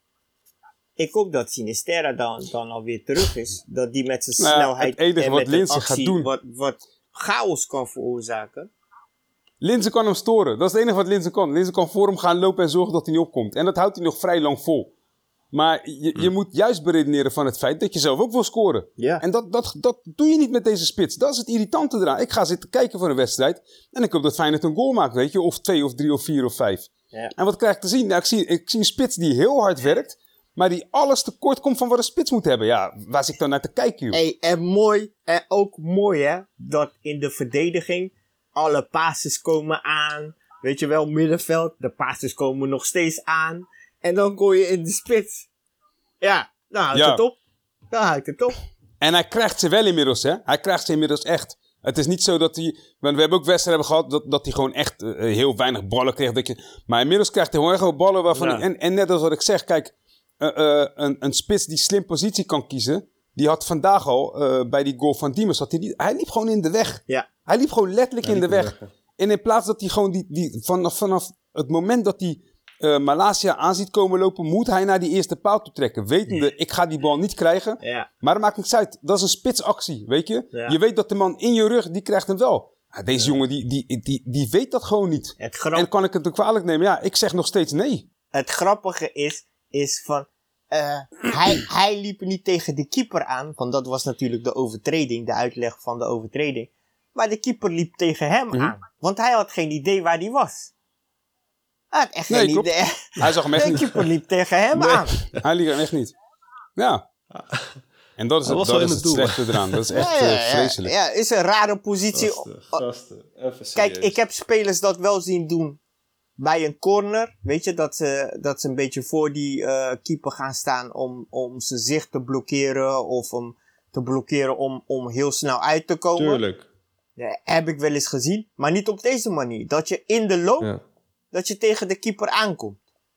Ik hoop dat Sinisterra dan alweer terug is. Dat die met zijn snelheid het enige en wat met Linssen actie gaat doen. wat chaos kan veroorzaken. Linssen kan hem storen. Dat is het enige wat Linssen kan. Linssen kan voor hem gaan lopen en zorgen dat hij niet opkomt. En dat houdt hij nog vrij lang vol. Maar je moet juist beredeneren van het feit dat je zelf ook wil scoren. Ja. En dat doe je niet met deze spits. Dat is het irritante eraan. Ik ga zitten kijken voor een wedstrijd. En ik hoop dat Feyenoord een goal maakt, weet je. Of 2 of 3 of 4 of 5. Ja. En wat krijg ik te zien? Nou, ik zie een spits die heel hard werkt. Maar die alles tekort komt van wat een spits moet hebben. Ja, waar zit ik dan naar te kijken, joh? Hey, en ook mooi, hè. Dat in de verdediging alle passes komen aan. Weet je wel, middenveld. De passes komen nog steeds aan. En dan gooi je in de spits. Ja, dan houdt het op. En hij krijgt ze wel inmiddels, hè. Hij krijgt ze inmiddels echt. Het is niet zo dat hij... Want we hebben ook wedstrijden gehad dat hij gewoon echt heel weinig ballen kreeg. Maar inmiddels krijgt hij gewoon echt ballen waarvan... Ja. En net als wat ik zeg, kijk... een spits die slim positie kan kiezen... Die had vandaag al bij die goal van Diemers... Hij liep gewoon in de weg. Ja. Hij liep gewoon letterlijk in de weg. En in plaats dat hij gewoon vanaf het moment dat hij Malasia aan ziet komen lopen... moet hij naar die eerste paal toe trekken. Wetende, ik ga die bal niet krijgen. Ja. Maar dat maakt niks uit. Dat is een spitsactie, weet je. Ja. Je weet dat de man in je rug, die krijgt hem wel. Ja, deze jongen, die weet dat gewoon niet. En kan ik het ook kwalijk nemen? Ja, ik zeg nog steeds nee. Het grappige is van... hij liep niet tegen de keeper aan. Want dat was natuurlijk de overtreding. De uitleg van de overtreding. Maar de keeper liep tegen hem aan. Want hij had geen idee waar hij was. Hij had echt geen idee. Hij zag hem echt niet. De keeper liep tegen hem aan. Hij liep hem echt niet. Ja. En dat is het slechte eraan. Dat is echt vreselijk. Ja, is een rare positie. Kijk, ik heb spelers dat wel zien doen. Bij een corner, weet je, dat ze een beetje voor die keeper gaan staan om zijn zicht te blokkeren of om te blokkeren om heel snel uit te komen. Tuurlijk. Ja, heb ik wel eens gezien, maar niet op deze manier. Dat je in de loop, dat je tegen de keeper aankomt.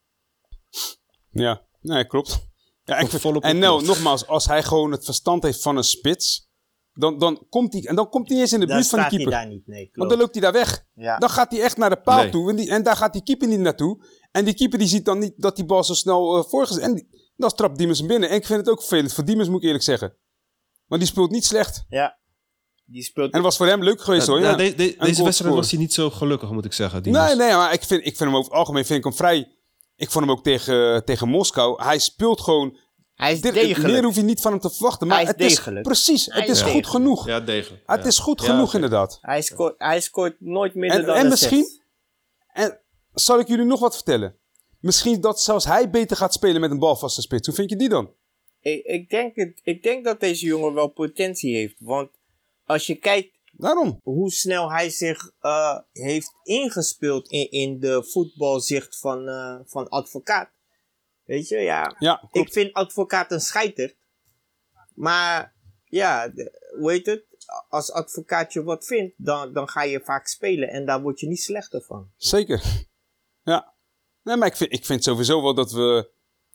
Ja, nee, klopt. Ja, nogmaals, als hij gewoon het verstand heeft van een spits, Dan komt hij niet eens in de buurt van de keeper. Daar niet, nee, want dan loopt hij daar weg. Ja. Dan gaat hij echt naar de paal toe. En daar gaat die keeper niet naartoe. En die keeper die ziet dan niet dat die bal zo snel voorgezet. En dan trapt Diemers hem binnen. En ik vind het ook vervelend voor Diemers, moet ik eerlijk zeggen. Want die speelt niet slecht. Ja. En het was voor hem leuk geweest hoor. Ja. Deze wedstrijd was hij niet zo gelukkig, moet ik zeggen. Nee, maar ik vind hem over het algemeen vind ik hem vrij. Ik vond hem ook tegen Moskou. Hij speelt gewoon. Hij is degelijk. Meer hoef je niet van hem te verwachten. Maar het is precies. Het is goed genoeg. Ja, degelijk. Het is goed genoeg inderdaad. Hij scoort nooit minder dan en misschien. En zal ik jullie nog wat vertellen? Misschien dat zelfs hij beter gaat spelen met een balvaste spits. Hoe vind je die dan? Ik denk dat deze jongen wel potentie heeft. Want als je kijkt hoe snel hij zich heeft ingespeeld in de voetbalzicht van Advocaat. Weet je, ja ik vind Advocaat een scheiter. Maar ja, hoe heet het? Als Advocaat je wat vindt, dan ga je vaak spelen. En daar word je niet slechter van. Zeker. Ja. Nee, maar ik vind sowieso wel dat we...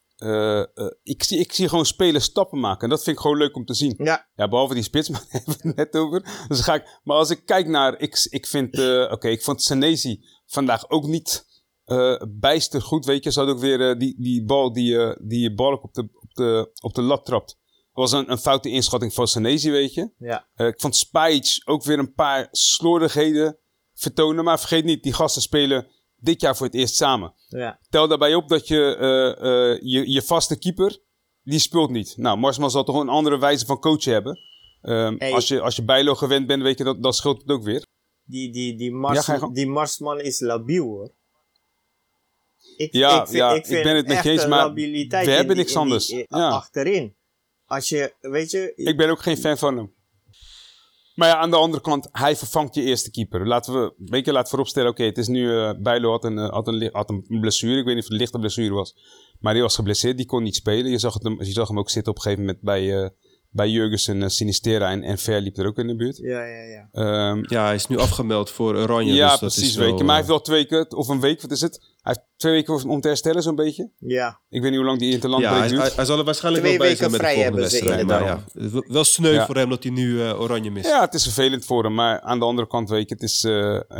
ik zie gewoon spelers stappen maken. En dat vind ik gewoon leuk om te zien. Ja, behalve die spits, maar daar hebben we het net over. Dus maar als ik kijk naar... Ik vond Senesi vandaag ook niet bijster goed. Weet je, ze had ook weer die bal die Balk op de lat trapt. Dat was een foute inschatting van Senesi, weet je. Ja. Ik vond Spajic ook weer een paar slordigheden vertonen. Maar vergeet niet, die gasten spelen dit jaar voor het eerst samen. Ja. Tel daarbij op dat je vaste keeper, die speelt niet. Nou, Marsman zal toch een andere wijze van coachen hebben. Als je Bijlo gewend bent, weet je, dat scheelt het ook weer. Die Marsman is labiel, hoor. Ik ben het met je eens, maar we hebben niks anders. Achterin. Als je, weet je... Ik ben ook geen fan van hem. Maar ja, aan de andere kant, hij vervangt je eerste keeper. Laten we vooropstellen, oké, het is nu... Bijlo had een blessure. Ik weet niet of het een lichte blessure was. Maar die was geblesseerd, die kon niet spelen. Je zag hem ook zitten op een gegeven moment bij Jurgensen, Sinistera en Ver liep er ook in de buurt. Ja. Hij is nu afgemeld voor Oranje. Ja, dus precies. Maar hij heeft wel 2 weken, of een week, wat is het? Hij heeft 2 weken om te herstellen, zo'n beetje. Ja. Ik weet niet hoe lang die interlandbreek duurt. Hij zal er waarschijnlijk 2 wel bij zijn met de volgende wedstrijd. Maar wel sneu voor hem dat hij nu Oranje mist. Ja, het is vervelend voor hem. Maar aan de andere kant, weet je, het is...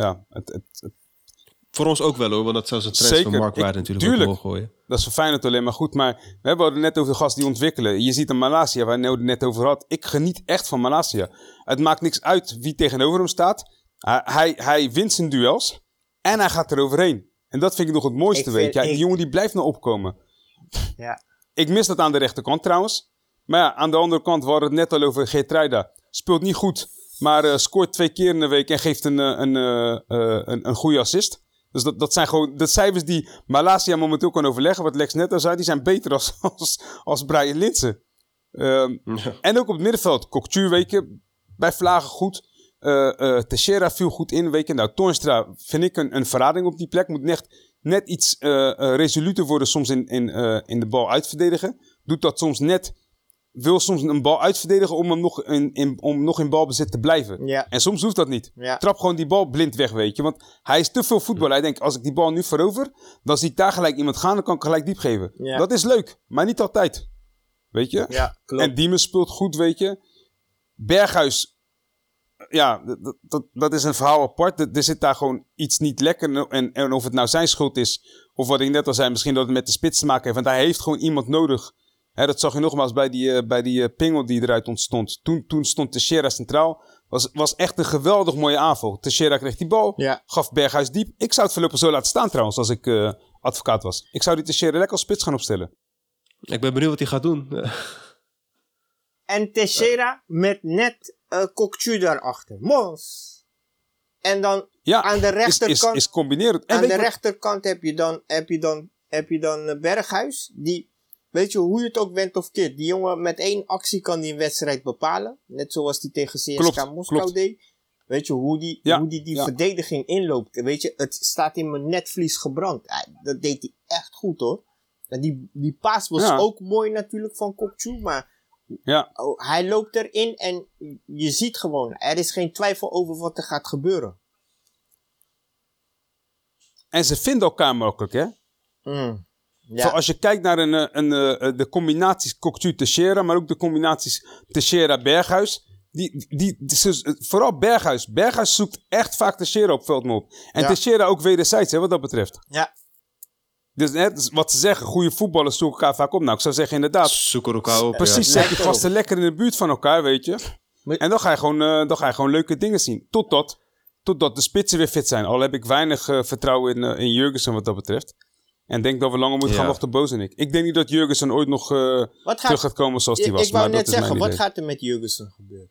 Voor ons ook wel hoor, want dat zou zijn transfermarktwaarde natuurlijk ook omhoog gooien. Dat is voor Feyenoord alleen maar goed. Maar we hadden het net over de gasten die ontwikkelen. Je ziet een Malacia, waar Neo het net over had. Ik geniet echt van Malacia. Het maakt niks uit wie tegenover hem staat. Hij wint zijn duels en hij gaat er overheen. En dat vind ik nog het mooiste, weet je. Die jongen die blijft nou opkomen. Ja. Ik mis dat aan de rechterkant trouwens. Maar ja, aan de andere kant, we hadden het net al over Geertruida. Speelt niet goed, maar scoort 2 keer in de week en geeft een goede assist. Dus dat zijn gewoon de cijfers die Malacia momenteel kan overleggen. Wat Lex net al zei, die zijn beter als Brian Linssen. En ook op het middenveld. Cocktuur, weet je, bij Vlagen goed. Teixeira viel goed in, weet je. Nou, Toornstra vind ik een verrading op die plek. Moet net iets resoluter worden soms in de bal uitverdedigen. Doet dat soms net... Wil soms een bal uitverdedigen om nog in balbezit te blijven. Ja. En soms hoeft dat niet. Ja. Trap gewoon die bal blind weg, weet je. Want hij is te veel voetballer. Hij denkt, als ik die bal nu verover, dan zie ik daar gelijk iemand gaan, dan kan ik gelijk diep geven. Ja. Dat is leuk, maar niet altijd. Weet je? Ja, klopt. En Diemers speelt goed, weet je. Berghuis, ja, dat is een verhaal apart. Er zit daar gewoon iets niet lekker. En of het nou zijn schuld is, of wat ik net al zei, misschien dat het met de spits te maken heeft. Want hij heeft gewoon iemand nodig. Dat zag je nogmaals bij die pingel die eruit ontstond. Toen stond Teixeira centraal. Was echt een geweldig mooie aanval. Teixeira kreeg die bal, gaf Berghuis diep. Ik zou het voorlopig zo laten staan trouwens, als ik advocaat was. Ik zou die Teixeira lekker als spits gaan opstellen. Ik ben benieuwd wat hij gaat doen. En Teixeira met net Cocktuur daarachter. Mos. En dan aan de rechterkant... Is combinerend. Aan de rechterkant heb je dan Berghuis, die... Weet je, hoe je het ook went of keert. Die jongen met 1 actie kan die een wedstrijd bepalen. Net zoals die tegen CSKA Moskou deed. Weet je, hoe die verdediging inloopt. Weet je, het staat in mijn netvlies gebrand. Dat deed hij echt goed, hoor. En die paas was ook mooi natuurlijk van Cocktuur. Maar hij loopt erin en je ziet gewoon, er is geen twijfel over wat er gaat gebeuren. En ze vinden elkaar makkelijk, hè? Ja. Als je kijkt naar de combinaties Cocktuur-Teixeira, maar ook de combinaties Teixeira-Berghuis, vooral Berghuis. Berghuis zoekt echt vaak Teixeira op veld op. En Teixeira ook wederzijds, wat dat betreft. Ja. Dus wat ze zeggen, goede voetballers zoeken elkaar vaak op. Nou, ik zou zeggen inderdaad. Zoeken elkaar op. Precies, zet die gasten lekker in de buurt van elkaar, weet je. En dan ga je gewoon leuke dingen zien. Totdat de spitsen weer fit zijn. Al heb ik weinig vertrouwen in Jurgensen wat dat betreft. En denk dat we langer moeten gaan wachten op Bozenik. Ik denk niet dat Jurgensen ooit nog terug gaat komen zoals hij was. Ik wou net zeggen, wat gaat er met Jurgensen gebeuren?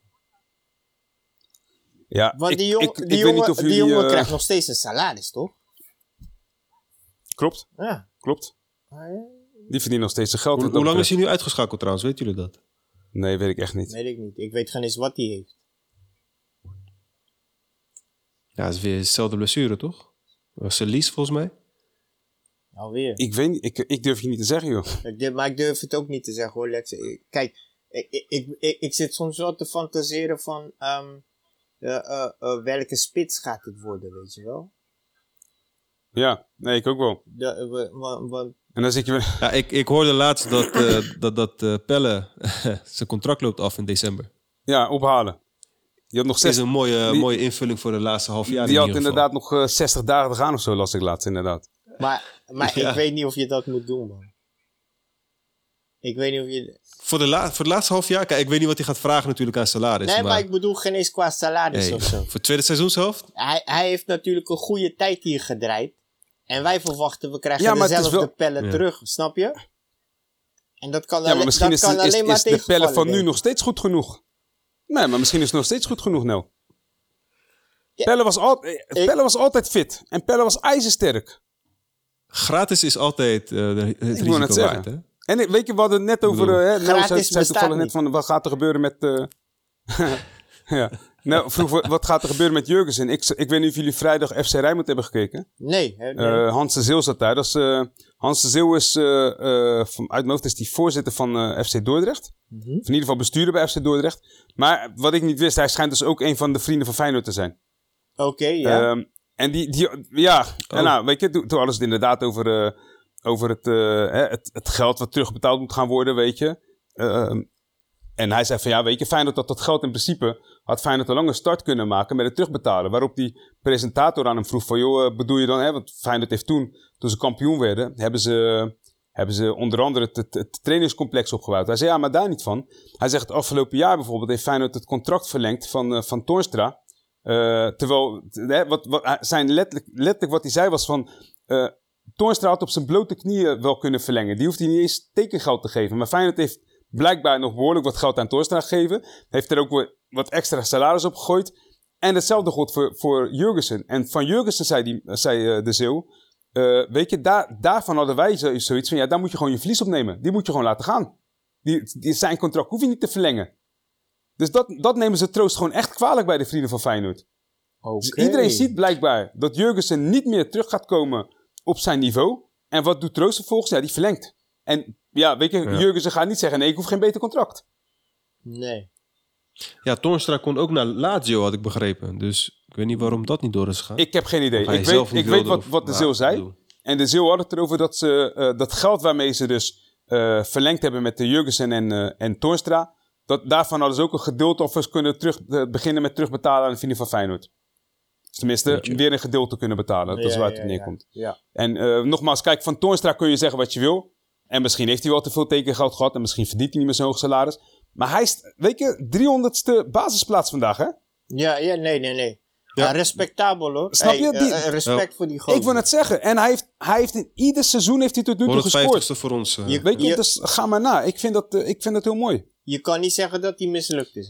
Ja, want die jongen krijgt nog steeds een salaris, toch? Klopt. Ja. Klopt. Die verdient nog steeds zijn geld. Hoe lang is hij nu uitgeschakeld trouwens? Weten jullie dat? Nee, weet ik echt niet. Weet ik niet. Ik weet geen eens wat hij heeft. Ja, het is weer dezelfde blessure, toch? Was een lies volgens mij? Alweer. Ik weet niet. Ik durf je niet te zeggen, joh. Maar ik durf het ook niet te zeggen, hoor, Lex. Kijk, ik zit soms wel te fantaseren van... welke spits gaat het worden, weet je wel? Ja, nee, ik ook wel. En dan zit je weer... Ja, ik hoorde laatst dat Pelle zijn contract loopt af in december. Ja, ophalen. Die had nog dat is een mooie invulling voor de laatste half jaar. Die had inderdaad nog 60 dagen te gaan of zo, las ik laatst inderdaad. Maar ik weet niet of je dat moet doen, man. Ik weet niet of je... Voor de laatste half jaar? Kijk, ik weet niet wat hij gaat vragen natuurlijk aan salaris. Nee, maar ik bedoel geen eens qua salaris of zo. Voor het tweede seizoenshelft? Hij heeft natuurlijk een goede tijd hier gedraaid. En wij verwachten, we krijgen dezelfde Pelle terug, snap je? En dat kan, maar misschien is de Pelle van nu nog steeds goed genoeg. Nee, maar misschien is het nog steeds goed genoeg, Nel. Ja, Pelle was altijd fit. En Pelle was ijzersterk. Gratis is altijd het risico waard, hè? En weet je, we hadden het net over... Nel zei toevallig net van, wat gaat er gebeuren met... ja. Nou, vroeg, wat gaat er gebeuren met Jurgensen? Ik weet niet of jullie vrijdag FC Rijnmond hebben gekeken. Nee. Hans de Zeeuw zat daar. Hans de Zeeuw is, uit mijn hoofd is die voorzitter van FC Dordrecht. Mm-hmm. Of in ieder geval bestuurder bij FC Dordrecht. Maar wat ik niet wist, hij schijnt dus ook een van de vrienden van Feyenoord te zijn. Oké, ja. En en nou, weet je, toen hadden ze het inderdaad over het geld wat terugbetaald moet gaan worden, weet je. En hij zei van ja, weet je, Feyenoord dat geld in principe had Feyenoord een lange start kunnen maken met het terugbetalen. Waarop die presentator aan hem vroeg van joh, bedoel je dan, want Feyenoord heeft toen ze kampioen werden, hebben ze onder andere het trainingscomplex opgebouwd. Hij zei ja, maar daar niet van. Hij zegt het afgelopen jaar bijvoorbeeld heeft Feyenoord het contract verlengd van Toornstra. Terwijl, letterlijk wat hij zei was van... Toornstra had op zijn blote knieën wel kunnen verlengen. Die hoeft hij niet eens tekengeld te geven. Maar Feyenoord heeft blijkbaar nog behoorlijk wat geld aan Toornstra gegeven. Heeft er ook wat extra salaris op gegooid. En hetzelfde gold voor Jurgensen. En van Jurgensen zei de Zeeuw... weet je, daarvan hadden wij zoiets van... Ja, daar moet je gewoon je verlies opnemen. Die moet je gewoon laten gaan. Zijn contract hoef je niet te verlengen. Dus dat nemen ze troost gewoon echt kwalijk bij de vrienden van Feyenoord. Okay. Dus iedereen ziet blijkbaar dat Jurgensen niet meer terug gaat komen op zijn niveau. En wat doet Troost vervolgens? Ja, die verlengt. En ja, weet je, Jurgensen gaat niet zeggen... nee, ik hoef geen beter contract. Nee. Ja, Toornstra kon ook naar Lazio, had ik begrepen. Dus ik weet niet waarom dat niet door is gegaan. Ik heb geen idee. Ik weet wat de Zeeuw zei. En de Zeeuw had het erover dat ze dat geld waarmee ze dus verlengd hebben met de Jurgensen en Toornstra... daarvan hadden ze ook een gedeelte of kunnen beginnen met terugbetalen aan de vrienden van Feyenoord. Tenminste, weer een gedeelte kunnen betalen. Dat is waar het neerkomt. Ja. En nogmaals, kijk, van Toornstra kun je zeggen wat je wil. En misschien heeft hij wel te veel tekengeld gehad. En misschien verdient hij niet meer zo'n hoog salaris. Maar hij is, weet je, 300ste basisplaats vandaag, hè? Ja, nee. Ja, respectabel hoor. Snap je? Respect voor die gozer. Ik wil het zeggen. En hij heeft in ieder seizoen heeft hij tot nu toe gescoord. 150ste voor ons. Weet je, dus ga maar na. Ik vind dat heel mooi. Je kan niet zeggen dat hij mislukt is.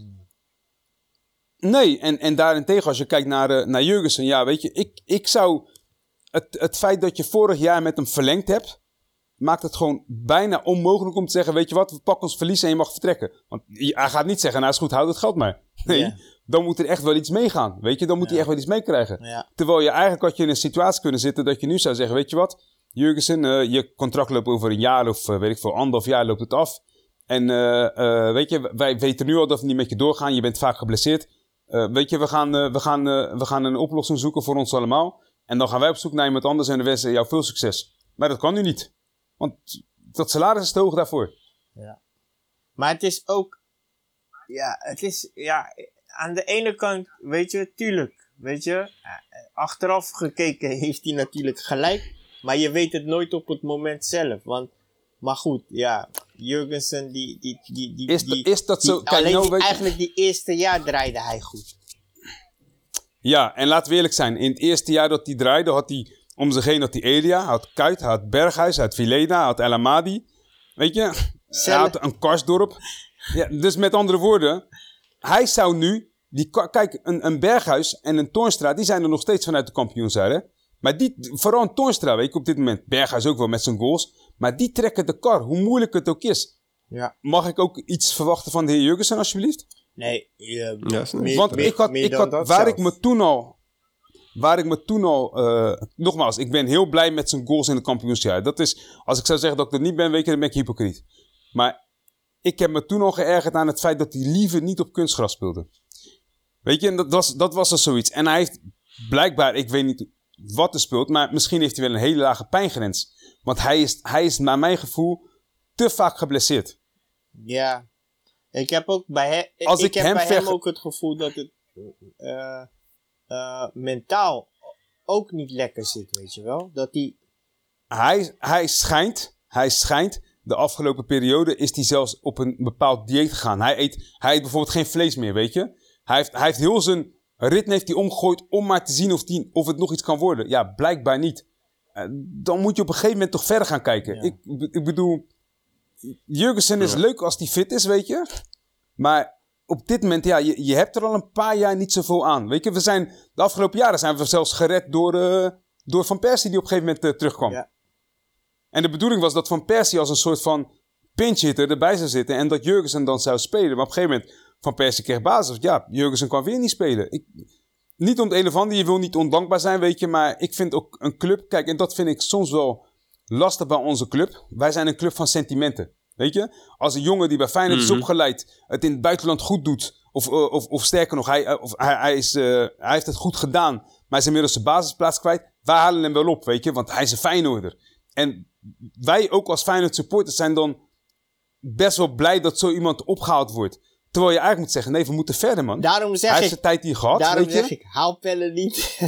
Nee, en daarentegen als je kijkt naar Jurgensen, ja, weet je, ik zou het feit dat je vorig jaar met hem verlengd hebt, maakt het gewoon bijna onmogelijk om te zeggen, weet je wat, we pakken ons verlies en je mag vertrekken. Want hij gaat niet zeggen, nou is goed, houd het geld maar. Nee, dan moet er echt wel iets meegaan, weet je, dan moet hij echt wel iets meekrijgen. Ja. Terwijl je eigenlijk had je in een situatie kunnen zitten dat je nu zou zeggen, weet je wat, Jurgensen, je contract loopt over een jaar of weet ik veel, 1,5 jaar loopt het af. En weet je, wij weten nu al dat we niet met je doorgaan, je bent vaak geblesseerd. Weet je, we gaan een oplossing zoeken voor ons allemaal. En dan gaan wij op zoek naar iemand anders en dan wensen jou veel succes. Maar dat kan nu niet. Want dat salaris is te hoog daarvoor. Ja. Maar het is ook... Ja, het is... Ja, aan de ene kant, weet je, tuurlijk. Weet je, achteraf gekeken heeft hij natuurlijk gelijk. Maar je weet het nooit op het moment zelf. Maar goed, ja, Jurgensen Is dat zo? Kijk, eigenlijk die eerste jaar draaide hij goed. Ja, en laten we eerlijk zijn. In het eerste jaar dat hij draaide, had hij om zich heen Elia, hij had Kuyt, hij had Berghuis, hij had Vilena, hij had El Amadi. Weet je, hij had een Karsdorp. Ja, dus met andere woorden, hij zou nu... Kijk, een Berghuis en een Toornstra, die zijn er nog steeds vanuit de kampioenszijde. Maar vooral een Toornstra, weet je, op dit moment. Berghuis ook wel met zijn goals. Maar die trekken de kar, hoe moeilijk het ook is. Ja. Mag ik ook iets verwachten van de heer Jurgensen, alsjeblieft? Nee. Waar ik me toen al... nogmaals, ik ben heel blij met zijn goals in de kampioensjaar. Dat is, als ik zou zeggen dat ik dat niet ben, weet je, dan ben ik hypocriet. Maar ik heb me toen al geërgerd aan het feit dat hij liever niet op kunstgras speelde. Weet je, en dat was er zoiets. En hij heeft blijkbaar, ik weet niet wat er speelt, maar misschien heeft hij wel een hele lage pijngrens. Want hij is naar mijn gevoel te vaak geblesseerd. Ja, ik heb ook bij hem ook het gevoel dat het mentaal ook niet lekker zit, weet je wel. Dat hij schijnt, de afgelopen periode is hij zelfs op een bepaald dieet gegaan. Hij eet bijvoorbeeld geen vlees meer, weet je. Hij heeft heel zijn ritme heeft hij omgegooid om maar te zien of het nog iets kan worden. Ja, blijkbaar niet. Dan moet je op een gegeven moment toch verder gaan kijken. Ja. Ik bedoel, Jurgensen is leuk als hij fit is, weet je. Maar op dit moment, ja, je hebt er al een paar jaar niet zoveel aan. Weet je, de afgelopen jaren zijn we zelfs gered door Van Persie die op een gegeven moment terugkwam. Ja. En de bedoeling was dat Van Persie als een soort van pinch hitter erbij zou zitten en dat Jurgensen dan zou spelen. Maar op een gegeven moment, Van Persie kreeg basis. Ja, Jurgensen kan weer niet spelen. Niet om het een of ander, je wil niet ondankbaar zijn, weet je. Maar ik vind ook een club, kijk, en dat vind ik soms wel lastig bij onze club. Wij zijn een club van sentimenten, weet je. Als een jongen die bij Feyenoord is opgeleid, het in het buitenland goed doet. Of sterker nog, hij heeft het goed gedaan, maar hij is inmiddels zijn basisplaats kwijt. Wij halen hem wel op, weet je, want hij is een Feyenoorder. En wij ook als Feyenoord supporters zijn dan best wel blij dat zo iemand opgehaald wordt. Terwijl je eigenlijk moet zeggen, nee, we moeten verder, man. Hij heeft zijn tijd hier gehad, daarom weet je. zeg ik, haal Pelle niet.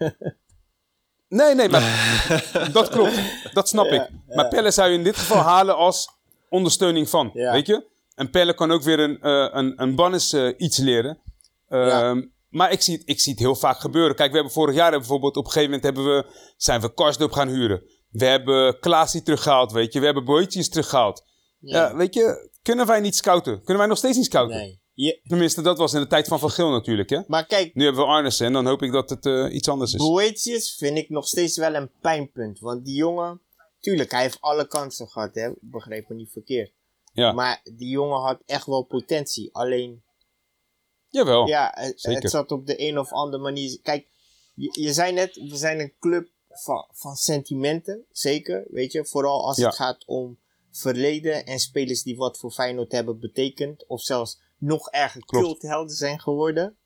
Nee, maar dat klopt. Dat snap ik. Maar Pelle zou je in dit geval halen als ondersteuning van, weet je. En Pelle kan ook weer een Bannis iets leren. Maar ik zie het heel vaak gebeuren. Kijk, we hebben vorig jaar bijvoorbeeld op een gegeven moment zijn we Karsdorp gaan huren. We hebben Klaasie teruggehaald, weet je. We hebben Boetius teruggehaald. Ja, weet je, kunnen wij niet scouten? Kunnen wij nog steeds niet scouten? Nee. Tenminste, dat was in de tijd van Van Geel natuurlijk, hè. Maar kijk... Nu hebben we Arnesen en dan hoop ik dat het iets anders is. Boetius vind ik nog steeds wel een pijnpunt. Want die jongen... Tuurlijk, hij heeft alle kansen gehad, hè. Begrijp me niet verkeerd. Ja. Maar die jongen had echt wel potentie. Alleen... Jawel, ja, het zat op de een of andere manier... Kijk, je zei net, we zijn een club van sentimenten. Zeker, weet je. Vooral als het gaat om verleden en spelers die wat voor Feyenoord hebben betekend. Of zelfs nog erger culthelden zijn geworden.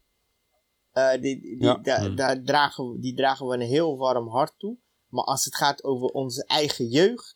Die dragen we een heel warm hart toe. Maar als het gaat over onze eigen jeugd.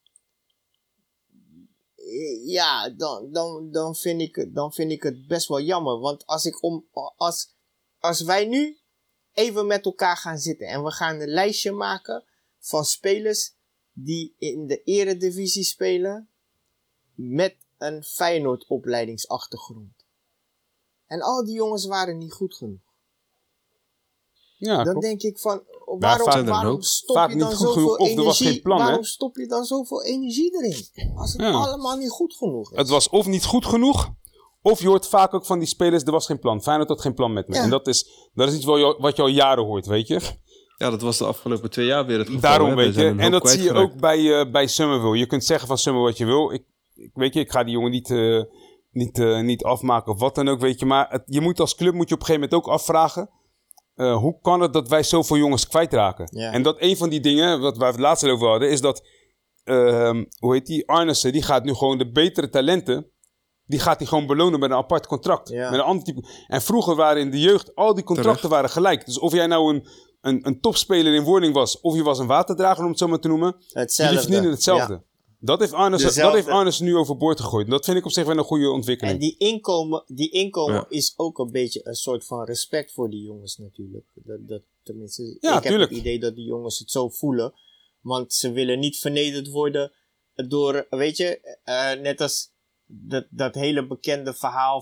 Ja, dan vind ik het best wel jammer. Want als wij nu even met elkaar gaan zitten. En we gaan een lijstje maken van spelers die in de eredivisie spelen. Met een Feyenoord opleidingsachtergrond. En al die jongens waren niet goed genoeg. Ja, dan denk ik van, waarom stop je dan zoveel energie? Waarom stop je dan zoveel energie erin? Als het allemaal niet goed genoeg is. Het was of niet goed genoeg, of je hoort vaak ook van die spelers, er was geen plan. Feyenoord had geen plan met me. Ja. En dat is iets wat je al jaren hoort, weet je. Ja, dat was de afgelopen 2 jaar weer het geval. Daarom, weet je. En dat zie je ook bij Summerville. Je kunt zeggen van Summer wat je wil. Ik ga die jongen niet afmaken of wat dan ook, weet je. Maar je moet als club op een gegeven moment ook afvragen. Hoe kan het dat wij zoveel jongens kwijtraken? Ja. En dat een van die dingen, wat we het laatst over hadden, is dat, Arnesen, die gaat nu gewoon de betere talenten, die gaat hij gewoon belonen met een apart contract. Ja. Met een ander type. En vroeger waren in de jeugd, al die contracten waren gelijk. Dus of jij nou een topspeler in wording was, of je was een waterdrager, om het zo maar te noemen, jullie verdienen hetzelfde. Ja. Dat heeft Arnes nu overboord gegooid. Dat vind ik op zich wel een goede ontwikkeling. En die inkomen is ook een beetje een soort van respect voor die jongens natuurlijk. Tenminste, ik heb het idee dat die jongens het zo voelen. Want ze willen niet vernederd worden door, weet je, net als dat hele bekende verhaal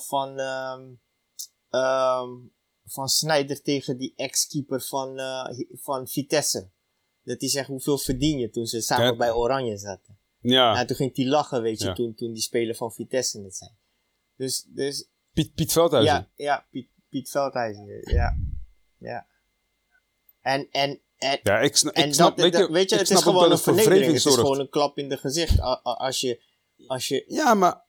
van Sneijder tegen die ex-keeper van Vitesse. Dat hij zegt, hoeveel verdien je toen ze samen bij Oranje zaten. Ja. Nou, toen ging hij lachen, weet je, toen die speler van Vitesse het zei. Dus Piet Veldhuizen. Ja, Piet Veldhuizen, ja. En ik snap, weet je, het is gewoon een vernedering. Het is gewoon een klap in de gezicht. Als je... Ja, maar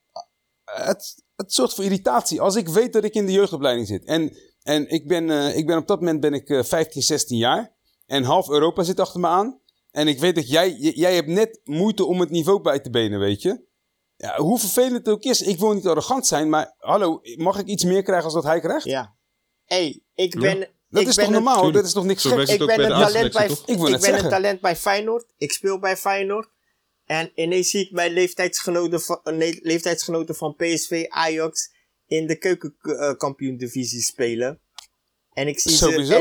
het zorgt voor irritatie. Als ik weet dat ik in de jeugdopleiding zit. En ik ben op dat moment 15, 16 jaar. En half Europa zit achter me aan. En ik weet dat jij hebt net moeite om het niveau bij te benen, weet je. Ja, hoe vervelend het ook is. Ik wil niet arrogant zijn, maar hallo, mag ik iets meer krijgen als dat hij krijgt? Ja. Ik ben... Dat is toch normaal? Dat is toch niks geks? Ik ben een talent bij Feyenoord. Ik speel bij Feyenoord. En ineens zie ik mijn leeftijdsgenoten van PSV, Ajax in de keukenkampioen-divisie spelen. En ik zie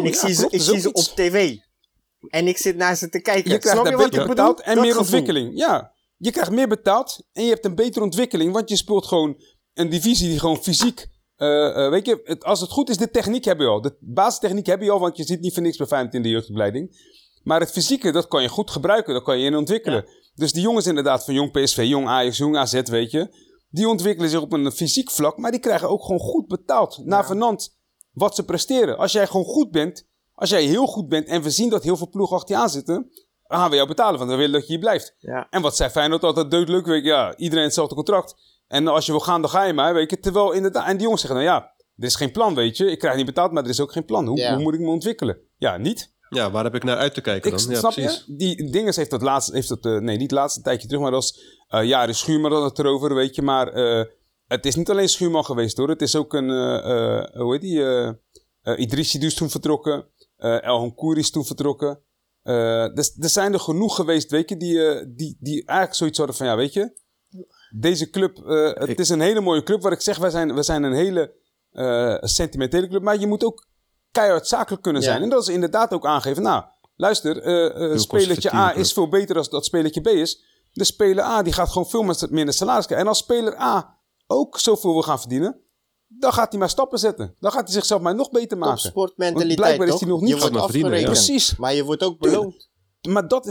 ze op tv. En ik zit naar ze te kijken. Je krijgt daar beter betaald en meer ontwikkeling. Ja, je krijgt meer betaald en je hebt een betere ontwikkeling. Want je speelt gewoon een divisie die gewoon fysiek... weet je, als het goed is, de techniek heb je al. De basistechniek heb je al, want je zit niet voor niks bij Feyenoord in de jeugdopleiding. Maar het fysieke, dat kan je goed gebruiken. Dat kan je in ontwikkelen. Ja. Dus die jongens inderdaad van jong PSV, jong Ajax, jong AZ, weet je. Die ontwikkelen zich op een fysiek vlak, maar die krijgen ook gewoon goed betaald. Navenant wat ze presteren. Als jij gewoon goed bent, als jij heel goed bent en we zien dat heel veel ploegen achter je aan zitten, dan gaan we jou betalen, want we willen dat je hier blijft. Ja. En wat zei Feyenoord altijd doodleuk, weet je, ja, iedereen hetzelfde contract. En als je wil gaan, dan ga je maar, weet je. Terwijl inderdaad, en die jongens zeggen dan, ja, er is geen plan, weet je. Ik krijg niet betaald, maar er is ook geen plan. Hoe moet ik me ontwikkelen? Ja, niet. Ja, waar heb ik naar uit te kijken dan? Snap je? Die Dinges heeft niet laatste tijdje terug, maar dat was Jari Schuurman had het erover, weet je. Maar het is niet alleen Schuurman geweest, hoor. Het is ook een, hoe heet die? Idrissi is toen vertrokken. El Honkouri is toen vertrokken. Er zijn er genoeg geweest, weet je, die eigenlijk zoiets hadden van, ja, weet je. Deze club, het is een hele mooie club. Wat ik zeg, we zijn een hele sentimentele club. Maar je moet ook keihard zakelijk kunnen zijn. En dat is inderdaad ook aangeven. Nou, luister, spelertje A is veel beter dan dat spelertje B is. De speler A die gaat gewoon veel minder salaris krijgen. En als speler A ook zoveel wil gaan verdienen, dan gaat hij maar stappen zetten. Dan gaat hij zichzelf maar nog beter maken. Sportmentaliteit, blijkbaar is hij nog niet je wordt afgerekend. Precies. Maar je wordt ook beloond. Maar dat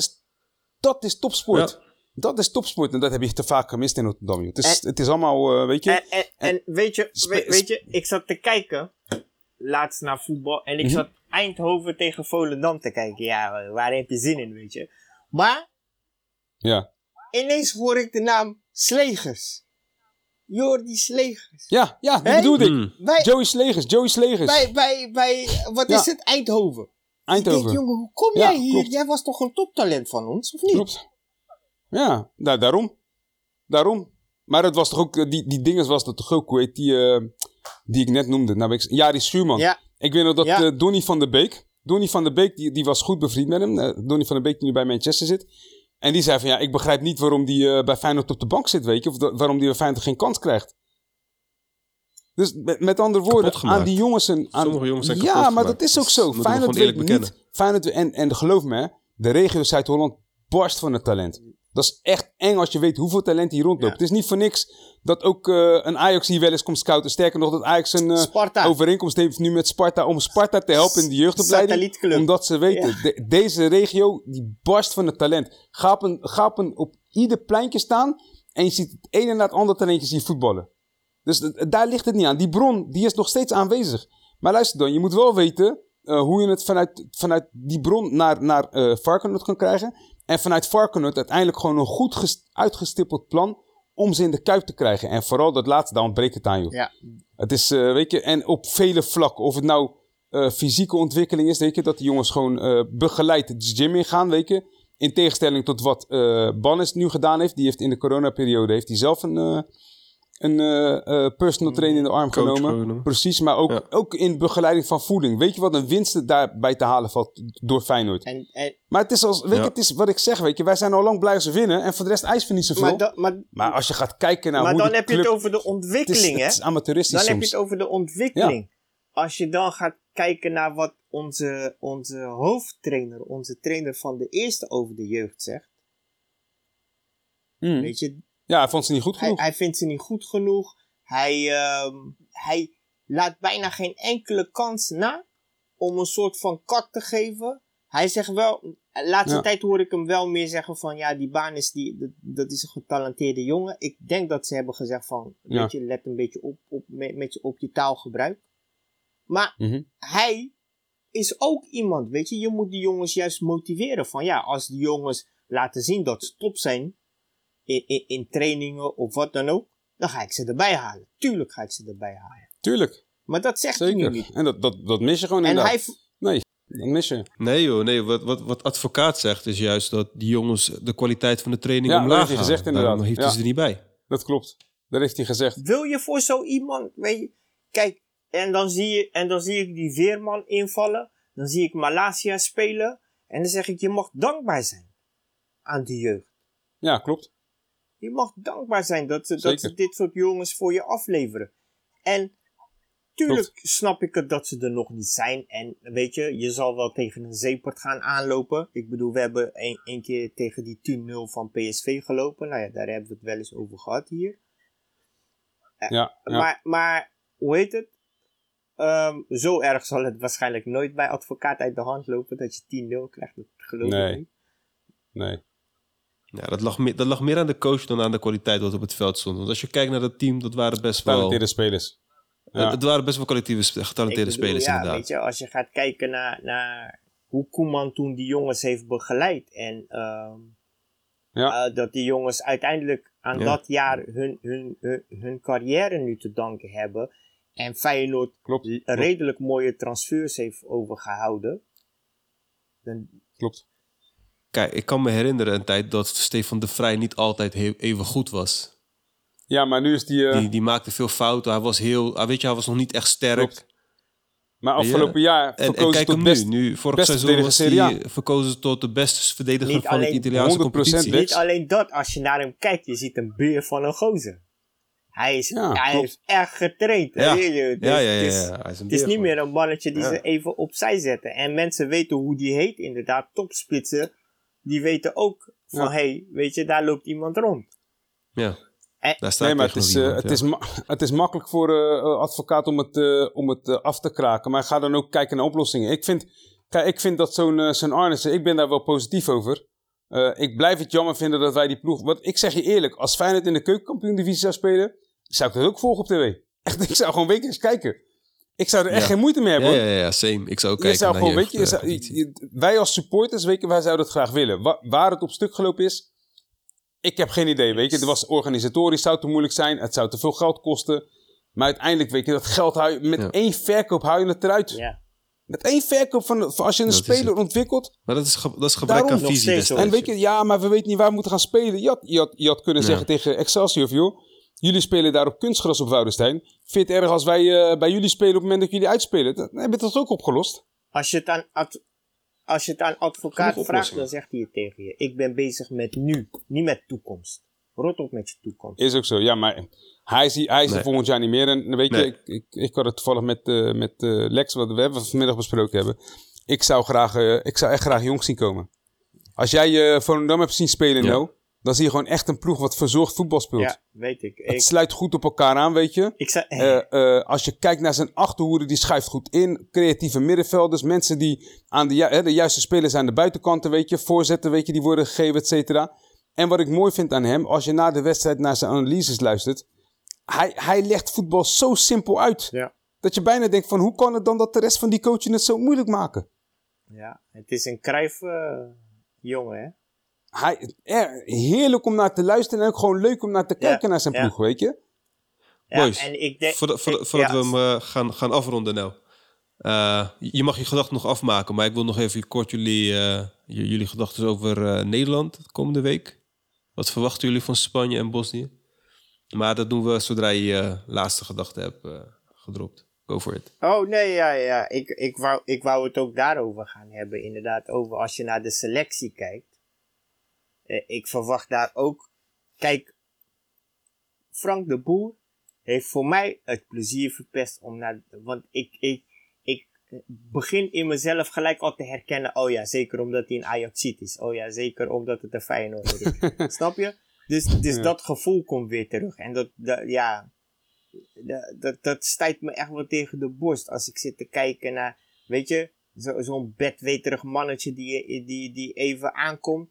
is topsport. Ja. Dat is topsport en dat heb je te vaak gemist in Rotterdam. Het is allemaal, weet je... En weet je, ik zat te kijken laatst naar voetbal en ik zat Eindhoven tegen Volendam te kijken. Ja, waar heb je zin in, weet je. Maar ineens hoor ik de naam Slegers. Jordi Slegers. Ja, die bedoelde ik. Joey Slegers. Bij wat is het? Eindhoven. Ik denk, jongen, hoe kom jij hier? Klopt. Jij was toch een toptalent van ons, of niet? Klopt. Ja, daarom. Maar het was toch ook, die dinges was dat toch ook, hoe heet die ik net noemde. Nou, Jari Schuurman. Ja. Ik weet nog dat Donny van der Beek, die was goed bevriend met hem. Donny van der Beek die nu bij Manchester zit. En die zei van, ja, ik begrijp niet waarom die bij Feyenoord op de bank zit, weet je. Of waarom die bij Feyenoord geen kans krijgt. Dus met andere woorden, aan die jongens... Sommige jongens zijn ja, maar dat is ook zo. Feyenoord weet niet... Feyenoord, en geloof me, de regio Zuid-Holland barst van het talent. Dat is echt eng als je weet hoeveel talent hier rondloopt. Het is niet voor niks dat ook een Ajax hier wel eens komt scouten. Sterker nog, dat Ajax een overeenkomst heeft nu met Sparta om Sparta te helpen in de jeugdopleiding. Omdat ze weten, deze regio die barst van het talent. Ga op ieder pleintje staan en je ziet het ene na het andere talentje zien voetballen. Dus daar ligt het niet aan. Die bron die is nog steeds aanwezig. Maar luister dan, je moet wel weten hoe je het vanuit die bron naar Varkenoord kan krijgen. En vanuit Varkenoord uiteindelijk gewoon een goed uitgestippeld plan om ze in de Kuip te krijgen. En vooral dat laatste, daar ontbreekt het aan, joh. Ja. Het is, weet je, en op vele vlakken. Of het nou fysieke ontwikkeling is, weet je, dat die jongens gewoon begeleid de gym ingaan, weet je. In tegenstelling tot wat Bannes nu gedaan heeft. Die heeft in de coronaperiode heeft hij zelf een personal trainer in de arm genomen. Precies, maar ook in begeleiding van voeding. Weet je wat een winst daarbij te halen valt door Feyenoord? Maar het is het is wat ik zeg, weet je. Wij zijn al lang blij als ze winnen. En voor de rest eisen we niet zoveel. Maar als je gaat kijken naar hoe de club... Maar dan heb je het over de ontwikkeling, hè? Het is amateuristisch Dan soms. heb je het over de ontwikkeling. Ja. Als je dan gaat kijken naar wat onze hoofdtrainer, onze trainer van de eerste over de jeugd zegt. Weet je... Ja, hij vond ze niet goed genoeg. Hij vindt ze niet goed genoeg. Hij laat bijna geen enkele kans na om een soort van kat te geven. Hij zegt wel, de laatste tijd hoor ik hem wel meer zeggen van, ja, die baan is dat is een getalenteerde jongen. Ik denk dat ze hebben gezegd van, weet je, let een beetje op je taalgebruik. Maar hij is ook iemand, weet je, je moet die jongens juist motiveren van, ja, als die jongens laten zien dat ze top zijn, in trainingen of wat dan ook, dan ga ik ze erbij halen. Tuurlijk ga ik ze erbij halen. Tuurlijk. Maar dat zegt hij nu niet. En dat mis je gewoon inderdaad. Nee, dat mis je. Nee joh, nee. Wat advocaat zegt is juist dat die jongens de kwaliteit van de training omlaag heeft hij gezegd inderdaad. Dan heeft hij ze er niet bij. Dat klopt. Dat heeft hij gezegd. Wil je voor zo iemand, weet je, kijk, en dan zie ik die Veerman invallen, dan zie ik Malasia spelen, en dan zeg ik, je mag dankbaar zijn aan die jeugd. Ja, klopt. Je mag dankbaar zijn dat ze dit soort jongens voor je afleveren. En tuurlijk snap ik het dat ze er nog niet zijn. En weet je zal wel tegen een zeepert gaan aanlopen. Ik bedoel, we hebben één keer tegen die 10-0 van PSV gelopen. Nou ja, daar hebben we het wel eens over gehad hier. Maar hoe heet het? Zo erg zal het waarschijnlijk nooit bij advocaat uit de hand lopen dat je 10-0 krijgt. Dat geloof ik niet. Nee. Ja, dat lag meer aan de coach dan aan de kwaliteit wat op het veld stond. Want als je kijkt naar dat team, dat waren best wel... Getalenteerde spelers. Ja. Het waren best wel collectieve, getalenteerde spelers inderdaad. Weet je, als je gaat kijken naar hoe Koeman toen die jongens heeft begeleid. En dat die jongens uiteindelijk aan dat jaar hun carrière nu te danken hebben. En Feyenoord redelijk mooie transfers heeft overgehouden. Klopt. Kijk, ik kan me herinneren een tijd dat Stefan de Vrij niet altijd even goed was. Ja, maar nu is die maakte veel fouten. Hij was nog niet echt sterk. Klopt. Maar afgelopen jaar verkozen ze tot nu vorig seizoen was hij verkozen tot de beste verdediger van de Italiaanse competitie. Niet alleen dat, als je naar hem kijkt, je ziet een beer van een gozer. Hij heeft echt getraind. Het is niet meer een mannetje die ze even opzij zetten. En mensen weten hoe die heet, inderdaad, topspitsen. Die weten ook van, weet je, daar loopt iemand rond. Ja, daar staat maar het is makkelijk voor advocaat om het af te kraken. Maar ga dan ook kijken naar oplossingen. Ik vind dat zo'n Arnissen, ik ben daar wel positief over. Ik blijf het jammer vinden dat wij die ploeg... Want ik zeg je eerlijk, als Feyenoord in de keukenkampioen-divisie zou spelen, zou ik dat ook volgen op tv. Echt, ik zou gewoon wekelijks kijken. Ik zou er echt geen moeite mee hebben. Ja, same. Ik zou ook kijken naar jeugd. Wij als supporters, wij zouden het graag willen. Waar het op stuk gelopen is, ik heb geen idee. Weet je, het was organisatorisch, zou te moeilijk zijn. Het zou te veel geld kosten. Maar uiteindelijk, weet je, dat geld met één verkoop hou je het eruit. Ja. Met één verkoop van als je een speler ontwikkelt. Maar dat is gebrek aan visie. En weet je, maar we weten niet waar we moeten gaan spelen. Je had kunnen zeggen tegen Excelsior, joh. Jullie spelen daar op kunstgras op Woudenstein. Vind je het erg als wij bij jullie spelen op het moment dat jullie uitspelen? Dan heb je dat ook opgelost. Als je het aan advocaat vraagt, dan zegt hij het tegen je. Ik ben bezig met nu, niet met toekomst. Rot op met je toekomst. Is ook zo, ja, maar hij is er volgend jaar niet meer. En weet je, ik had het toevallig met Lex, wat we vanmiddag besproken hebben. Ik zou echt graag jong zien komen. Als jij Volendam hebt zien spelen, dan zie je gewoon echt een ploeg wat verzorgd voetbal speelt. Ja, weet ik. Het sluit goed op elkaar aan, weet je. Als je kijkt naar zijn achterhoede, die schuift goed in. Creatieve middenvelders, mensen die aan de juiste spelers aan de buitenkanten, weet je. Voorzetten, weet je, die worden gegeven, et cetera. En wat ik mooi vind aan hem, als je na de wedstrijd naar zijn analyses luistert, hij legt voetbal zo simpel uit. Ja. Dat je bijna denkt van, hoe kan het dan dat de rest van die coachen het zo moeilijk maken? Ja, het is een Cruijff jongen, hè. Heerlijk om naar te luisteren en ook gewoon leuk om naar te kijken naar zijn ploeg, weet je. Ja, boys, en ik denk, voordat we hem gaan afronden nou. Je mag je gedachten nog afmaken, maar ik wil nog even kort jullie gedachten over Nederland de komende week. Wat verwachten jullie van Spanje en Bosnië? Maar dat doen we zodra je je laatste gedachte hebt gedropt. Go for it. Oh, nee, ja. Ik wou het ook daarover gaan hebben. Inderdaad, over als je naar de selectie kijkt. Ik verwacht daar ook... Kijk, Frank de Boer heeft voor mij het plezier verpest om naar... Want ik begin in mezelf gelijk al te herkennen. Oh ja, zeker omdat hij een Ajaxiet is. Oh ja, zeker omdat het een Feyenoorder is. Snap je? Dus dat gevoel komt weer terug. En dat stijgt me echt wel tegen de borst. Als ik zit te kijken naar, weet je, zo'n bedweterig mannetje die even aankomt.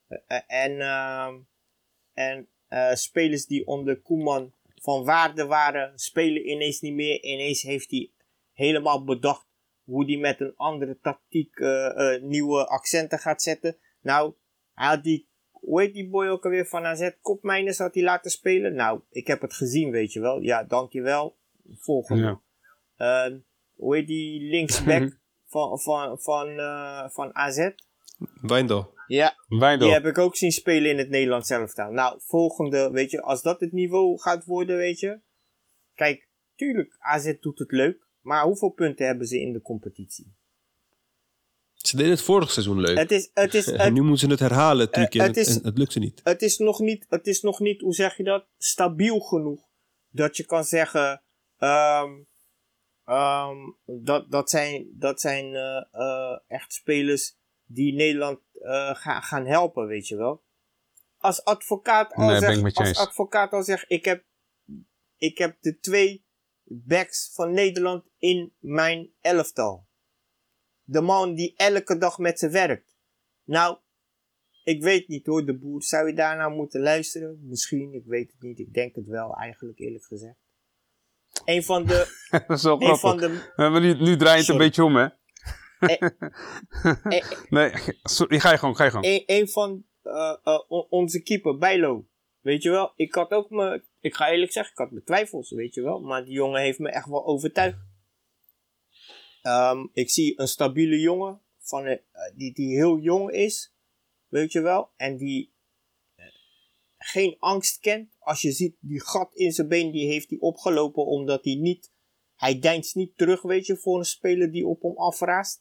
En spelers die onder Koeman van waarde waren, spelen ineens niet meer. Ineens heeft hij helemaal bedacht hoe hij met een andere tactiek nieuwe accenten gaat zetten. Nou, hij had hoe heet die boy ook alweer van AZ? Kopmijners had hij laten spelen. Nou, ik heb het gezien, weet je wel. Ja, dankjewel. Volgende. Ja. Hoe heet die linksback van AZ? Wijndal. Ja, die heb ik ook zien spelen in het Nederlands elftal. Nou, volgende, weet je, als dat het niveau gaat worden, weet je. Kijk, tuurlijk, AZ doet het leuk. Maar hoeveel punten hebben ze in de competitie? Ze deden het vorig seizoen leuk. En nu moeten ze het herhalen. Het lukt ze niet. Het is nog niet, hoe zeg je dat? Stabiel genoeg. Dat je kan zeggen... dat zijn echt spelers die Nederland gaan helpen, weet je wel. Als advocaat al zegt... Ik heb de 2 backs van Nederland in mijn elftal. De man die elke dag met ze werkt. Nou, ik weet niet hoor, de Boer. Zou je daarna moeten luisteren? Misschien, ik weet het niet. Ik denk het wel, eigenlijk eerlijk gezegd. Een van de... Dat is wel grappig. Maar nu draai je het een beetje om, hè? Nee, sorry, ga je gang. Een van onze keeper, Bijlo. Weet je wel, ik ga eerlijk zeggen, ik had mijn twijfels, weet je wel. Maar die jongen heeft me echt wel overtuigd. Ik zie een stabiele jongen die heel jong is, weet je wel. En die geen angst kent. Als je ziet die gat in zijn been, die heeft hij opgelopen omdat hij deinst niet terug, weet je, voor een speler die op hem afraast.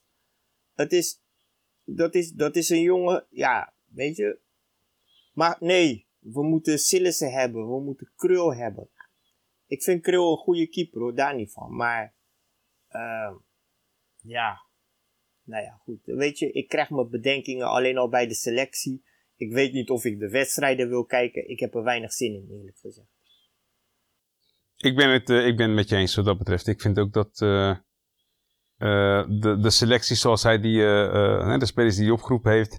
Dat is een jongen, ja, weet je. Maar nee, we moeten Sillissen hebben, we moeten Krul hebben. Ik vind Krul een goede keeper hoor, daar niet van. Maar, ja, nou ja, goed. Weet je, ik krijg mijn bedenkingen alleen al bij de selectie. Ik weet niet of ik de wedstrijden wil kijken. Ik heb er weinig zin in, eerlijk gezegd. Ik ben het met je eens wat dat betreft. Ik vind ook dat de selectie zoals hij de spelers die hij opgeroepen heeft...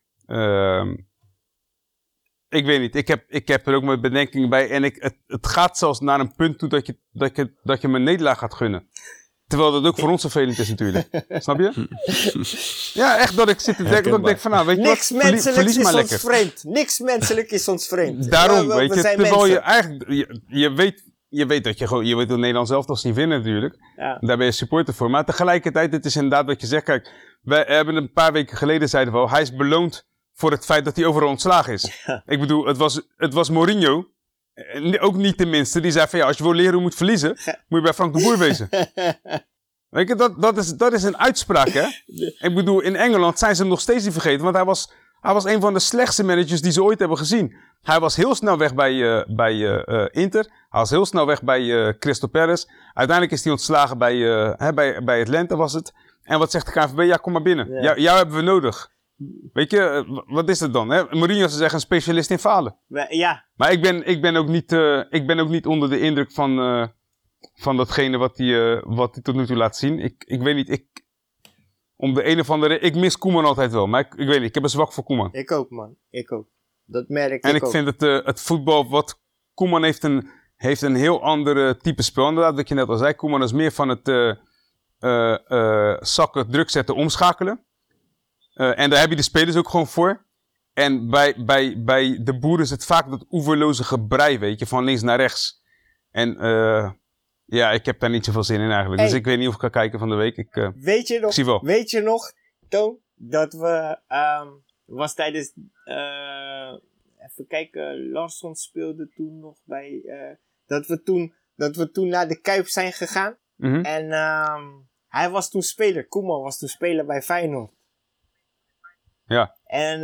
ik weet niet. Ik heb er ook mijn bedenkingen bij. En het gaat zelfs naar een punt toe dat je me een nederlaag gaat gunnen. Terwijl dat ook voor ons vervelend is natuurlijk. Snap je? Ja, echt dat ik zit te denken. Dat ik denk van nou, weet je niks wat? Menselijk is ons vreemd. Niks menselijk is ons vreemd. Daarom, weet je. Terwijl je eigenlijk... Je weet dat je weet hoe Nederland zelf toch niet winnen natuurlijk. Ja. Daar ben je supporter voor. Maar tegelijkertijd, het is inderdaad wat je zegt. Kijk, wij hebben een paar weken geleden zeiden we al, hij is beloond voor het feit dat hij overal ontslagen is. Ja. Ik bedoel, het was Mourinho, ook niet de minste, die zei van ja, als je wil leren hoe je moet verliezen, moet je bij Frank de Boer wezen. Weet je, dat is een uitspraak, hè? Ik bedoel, in Engeland zijn ze hem nog steeds niet vergeten, want hij was een van de slechtste managers die ze ooit hebben gezien. Hij was heel snel weg bij Inter. Hij was heel snel weg bij Crystal Palace. Uiteindelijk is hij ontslagen bij Atlanta was het. En wat zegt de KNVB? Ja, kom maar binnen. Ja. Jou hebben we nodig. Weet je, wat is het dan? Hè? Mourinho zou zeggen een specialist in falen. Ja. Maar ik ben ook niet onder de indruk van datgene wat hij tot nu toe laat zien. Ik weet niet, om de een of andere... Ik mis Koeman altijd wel, maar ik weet niet, ik heb een zwak voor Koeman. Ik ook, man. Ik ook. Dat merk ik ook. En ik vind het voetbal wat... Koeman heeft een heel ander type spel. Inderdaad, wat je net al zei. Koeman is meer van het zakken, druk zetten, omschakelen. En daar heb je de spelers ook gewoon voor. En bij de Boer is het vaak dat oeverloze gebrei, weet je, van links naar rechts. En ja, ik heb daar niet zoveel zin in eigenlijk. Hey. Dus ik weet niet of ik ga kijken van de week. Weet je nog, Toon, dat we was tijdens even kijken, Larsson speelde toen nog bij... dat we toen naar de Kuip zijn gegaan. Mm-hmm. En hij was toen speler. Koeman was toen speler bij Feyenoord. Ja. En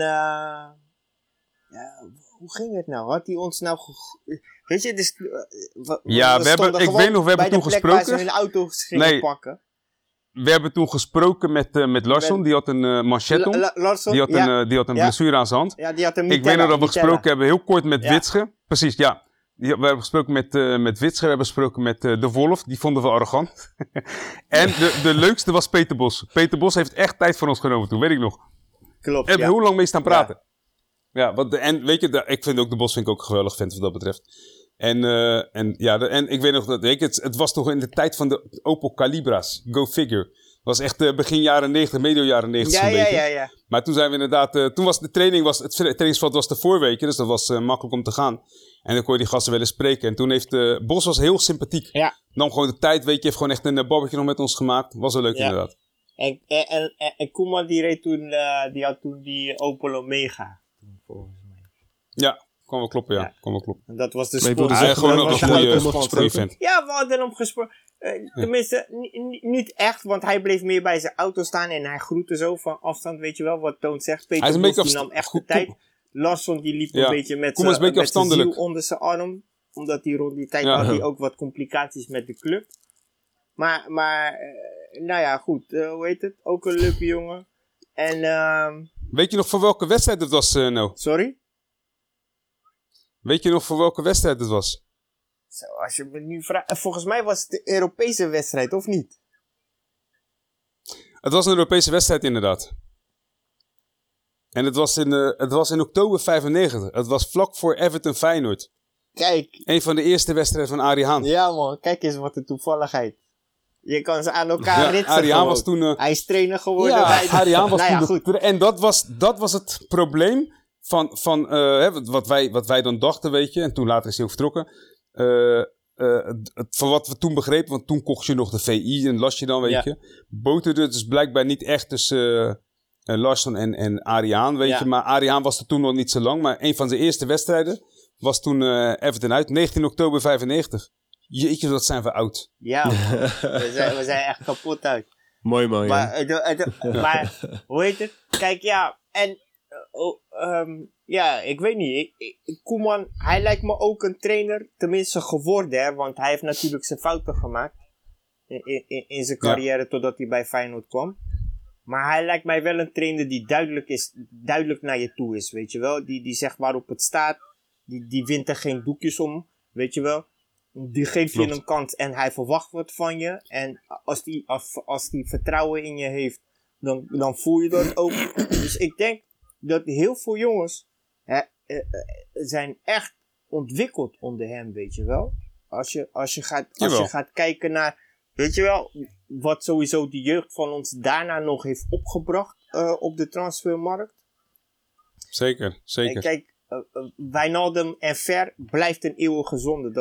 hoe ging het nou? Had hij ons nou... Weet je, dus... ik weet nog, we hebben toen gesproken. Waar ze hun auto gingen pakken. We hebben toen gesproken met Larsson. Die had een manchetton. Larsson, die had een blessure aan zijn hand. Ja, die had een Ik weet nog dat we gesproken hebben heel kort met Witsche. Precies, ja. We hebben gesproken met Witsche. We hebben gesproken met De Wolf. Die vonden we arrogant. En de leukste was Peter Bos. Peter Bos heeft echt tijd voor ons genomen toen, weet ik nog. Klopt, we hebben heel lang mee staan praten. Ja, en weet je, ik vind ook De Bos een geweldig vent wat dat betreft. En ik weet nog dat het was toch in de tijd van de Opel Calibra's. Go figure. Het was echt begin jaren 90, medio jaren 90. Ja. Maar toen zijn we inderdaad... toen was de training... Het trainingsveld was de voorweken. Dus dat was makkelijk om te gaan. En dan kon je die gasten wel eens spreken. En toen heeft... Bos was heel sympathiek. Ja. Nam gewoon de tijd, weet je. Heeft gewoon echt een babbeltje nog met ons gemaakt. Was wel leuk inderdaad. En Koeman die reed toen... die had toen die Opel Omega. Volgens mij. Ja. Kan wel kloppen, ja. Kan wel kloppen. En dat was de sport. Hij gewoon nog een goede vent. Ja, we hadden hem gesproken. Tenminste, niet echt, want hij bleef meer bij zijn auto staan en hij groette zo van afstand, weet je wel, wat Toon zegt. Peter Bos, die nam echt de tijd. Larsson, die liep een beetje met zijn ziel onder zijn arm, omdat hij rond die tijd had hij ook wat complicaties met de club. Maar nou ja, goed, hoe heet het? Ook een leuke jongen. En, weet je nog voor welke wedstrijd het was, Nou? Sorry? Weet je nog voor welke wedstrijd het was? Zo, als je me nu vraagt... Volgens mij was het de Europese wedstrijd, of niet? Het was een Europese wedstrijd, inderdaad. En het was in oktober 95. Het was vlak voor Everton Feyenoord. Kijk. Een van de eerste wedstrijden van Arie Haan. Ja man, kijk eens wat een toevalligheid. Je kan ze aan elkaar ritsen. Arie Haan was toen... hij is trainer geworden. Ja, Arie Haan was toen... Goed. En dat was het probleem van wat wij dan dachten, weet je. En toen later is hij ook vertrokken. Van wat we toen begrepen, want toen kocht je nog de VI en las je dan, weet je. Boterde dus blijkbaar niet echt tussen Larsson en Arie Haan, weet je. Maar Arie Haan was er toen nog niet zo lang. Maar een van zijn eerste wedstrijden was toen Everton uit. 19 oktober 95. Jeetje, dat zijn we oud. Ja, we zijn echt kapot uit. Mooi. Maar hoe heet het? Kijk, ja, en... ja, ik weet niet. Koeman, hij lijkt me ook een trainer, tenminste geworden, hè, want hij heeft natuurlijk zijn fouten gemaakt in zijn carrière totdat hij bij Feyenoord kwam. Maar hij lijkt mij wel een trainer die duidelijk naar je toe is, weet je wel. Die zegt waarop het staat, die wint er geen doekjes om, weet je wel. Die geeft je een kans en hij verwacht wat van je. En als die vertrouwen in je heeft, dan voel je dat ook. Dus ik denk dat heel veel jongens zijn echt ontwikkeld onder hem, weet je wel. Als je gaat kijken naar, weet je wel, wat sowieso de jeugd van ons daarna nog heeft opgebracht op de transfermarkt. Zeker. En kijk, Wijnaldum en Ver blijft een eeuwige zonde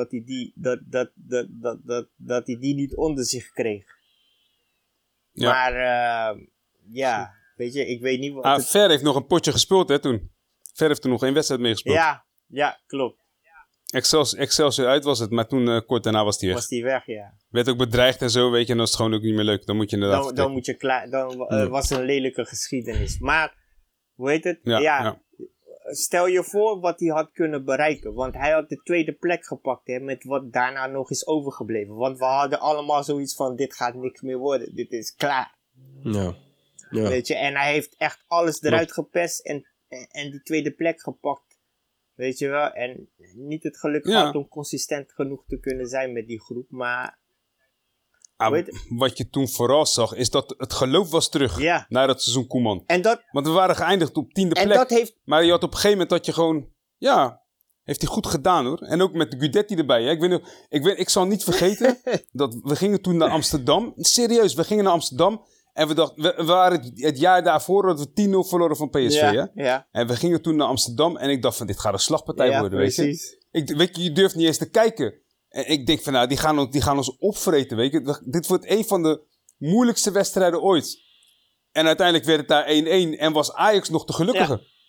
dat hij die niet onder zich kreeg. Ja. Maar ja, weet je, ik weet niet wat... Ver heeft nog een potje gespeeld, hè, toen. Ver heeft er nog 1 wedstrijd mee gespeeld. Ja, klopt. Excelsior uit was het, maar toen kort daarna was hij weg. Was hij weg, ja. Werd ook bedreigd en zo, weet je, en dat is gewoon ook niet meer leuk. Dan moet je inderdaad... Dan moet je klaar... Dan was een lelijke geschiedenis. Maar, hoe heet het? Ja. Stel je voor wat hij had kunnen bereiken. Want hij had de 2e plek gepakt, hè, met wat daarna nog is overgebleven. Want we hadden allemaal zoiets van, dit gaat niks meer worden. Dit is klaar. Ja. Weet je, en hij heeft echt alles eruit gepest en die 2e plek gepakt. Weet je wel, en niet het geluk gehad om consistent genoeg te kunnen zijn met die groep, maar... Wat je toen vooral zag, is dat het geloof was terug naar het seizoen Koeman. Want we waren geëindigd op 10e plek. Maar je had op een gegeven moment dat je gewoon... Ja, heeft hij goed gedaan hoor. En ook met Guidetti erbij. Hè? Ik zal niet vergeten dat we gingen toen naar Amsterdam. Serieus, we gingen naar Amsterdam. En we waren het jaar daarvoor dat we 10-0 verloren van PSV. Ja. En we gingen toen naar Amsterdam. En ik dacht van, dit gaat een slagpartij worden. Precies. Weet je durft niet eens te kijken. En ik denk van, nou, die gaan ons opvreten. Weet je. Dit wordt een van de moeilijkste wedstrijden ooit. En uiteindelijk werd het daar 1-1. En was Ajax nog de gelukkige.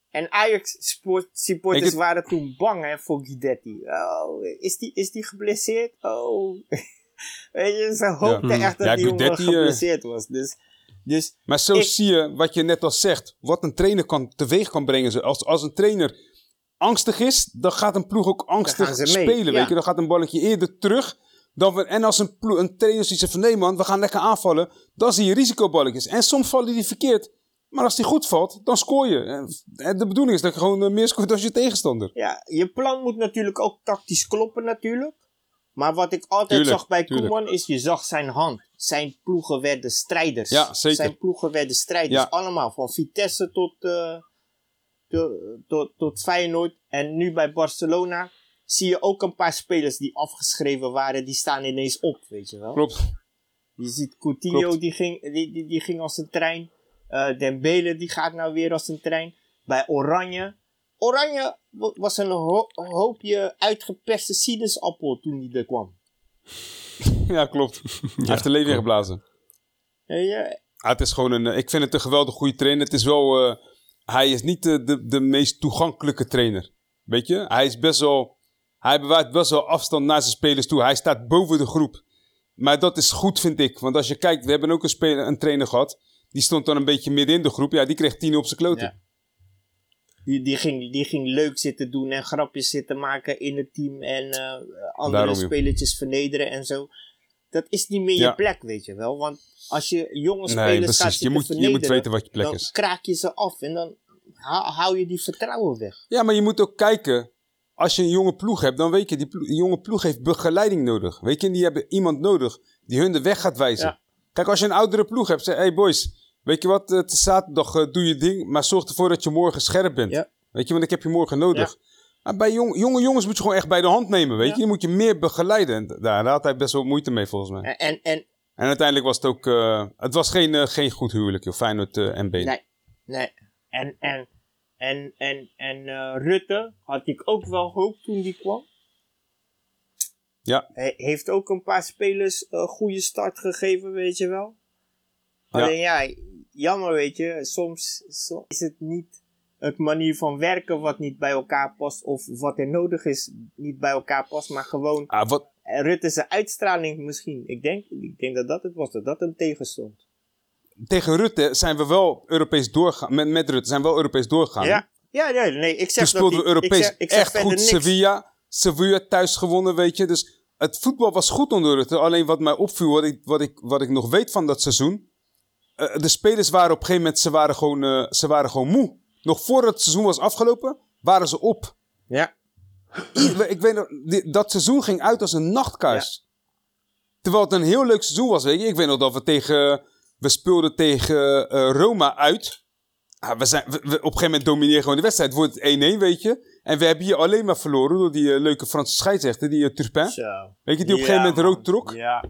En Ajax-supporters waren toen bang hè, voor Guidetti. Oh, is die geblesseerd? Oh. Weet je, ze hoopten echt dat die jongen geblesseerd was. Dus maar zo zie je, wat je net al zegt, wat een trainer teweeg kan brengen. Als een trainer angstig is, dan gaat een ploeg ook angstig spelen. Weet je? Dan gaat een balletje eerder terug. En als een trainer zegt van nee man, we gaan lekker aanvallen, dan zie je risicoballetjes. En soms vallen die verkeerd. Maar als die goed valt, dan scoor je. En de bedoeling is dat je gewoon meer scoort dan je tegenstander. Ja, je plan moet natuurlijk ook tactisch kloppen natuurlijk. Maar wat ik altijd zag bij Koeman is, je zag zijn hand. Zijn ploegen werden strijders. Ja, zeker. Zijn ploegen werden strijders. Ja. Allemaal, van Vitesse tot Feyenoord. En nu bij Barcelona zie je ook een paar spelers die afgeschreven waren. Die staan ineens op, weet je wel. Klopt. Je ziet Coutinho, die ging als een trein. Dembele, die gaat nou weer als een trein. Bij Oranje was een hoopje uitgeperste sinaasappel toen hij er kwam. Ja, klopt. Hij heeft de leven ingeblazen. Ja. Het is gewoon ik vind het een geweldig goede trainer. Het is wel... hij is niet de meest toegankelijke trainer. Weet je? Hij bewaart best wel afstand naar zijn spelers toe. Hij staat boven de groep. Maar dat is goed, vind ik. Want als je kijkt, we hebben ook een trainer gehad. Die stond dan een beetje midden in de groep. Ja, die kreeg 10 op zijn kloten. Ja. Die ging leuk zitten doen en grapjes zitten maken in het team. En andere spelertjes vernederen en zo. Dat is niet meer je plek, weet je wel. Want als je jonge spelers gaat zitten vernederen, je moet weten wat je plek dan is. kraak je ze af en dan hou je die vertrouwen weg. Ja, maar je moet ook kijken. Als je een jonge ploeg hebt, dan weet je, die jonge ploeg heeft begeleiding nodig. Weet je, en die hebben iemand nodig die hun de weg gaat wijzen. Ja. Kijk, als je een oudere ploeg hebt, zeg hey boys, weet je wat, het is zaterdag, doe je ding, maar zorg ervoor dat je morgen scherp bent. Ja. Weet je, want ik heb je morgen nodig. Ja. Maar bij jonge jongens moet je gewoon echt bij de hand nemen, weet je. Die moet je meer begeleiden. En daar had hij best wel moeite mee, volgens mij. En uiteindelijk was het ook, het was geen goed huwelijk, joh, Feyenoord en Been. Nee. En Rutte had ik ook wel hoop toen die kwam. Ja. Hij heeft ook een paar spelers een goede start gegeven, weet je wel. Alleen jammer weet je, soms is het niet het manier van werken wat niet bij elkaar past. Of wat er nodig is niet bij elkaar past, maar gewoon Rutte's uitstraling misschien. Ik denk dat het was, dat hem tegenstond. Tegen Rutte zijn we wel Europees doorgegaan. Met Rutte zijn we wel Europees doorgegaan. Ja, nee, ik zeg toen speelden we Europees echt goed. Sevilla thuis gewonnen, weet je. Dus het voetbal was goed onder Rutte. Alleen wat mij opviel, wat ik nog weet van dat seizoen. De spelers waren op een gegeven moment, ze waren gewoon moe. Nog voordat het seizoen was afgelopen, waren ze op. Ja. Ik weet nog, dat seizoen ging uit als een nachtkaars. Ja. Terwijl het een heel leuk seizoen was, weet je. Ik weet nog dat we speelden tegen Roma uit. Op een gegeven moment domineer gewoon de wedstrijd. Wordt het 1-1, weet je. En we hebben hier alleen maar verloren door die leuke Franse scheidsrechter, die Turpin. Zo. Weet je, die op een gegeven moment rood trok. Ja.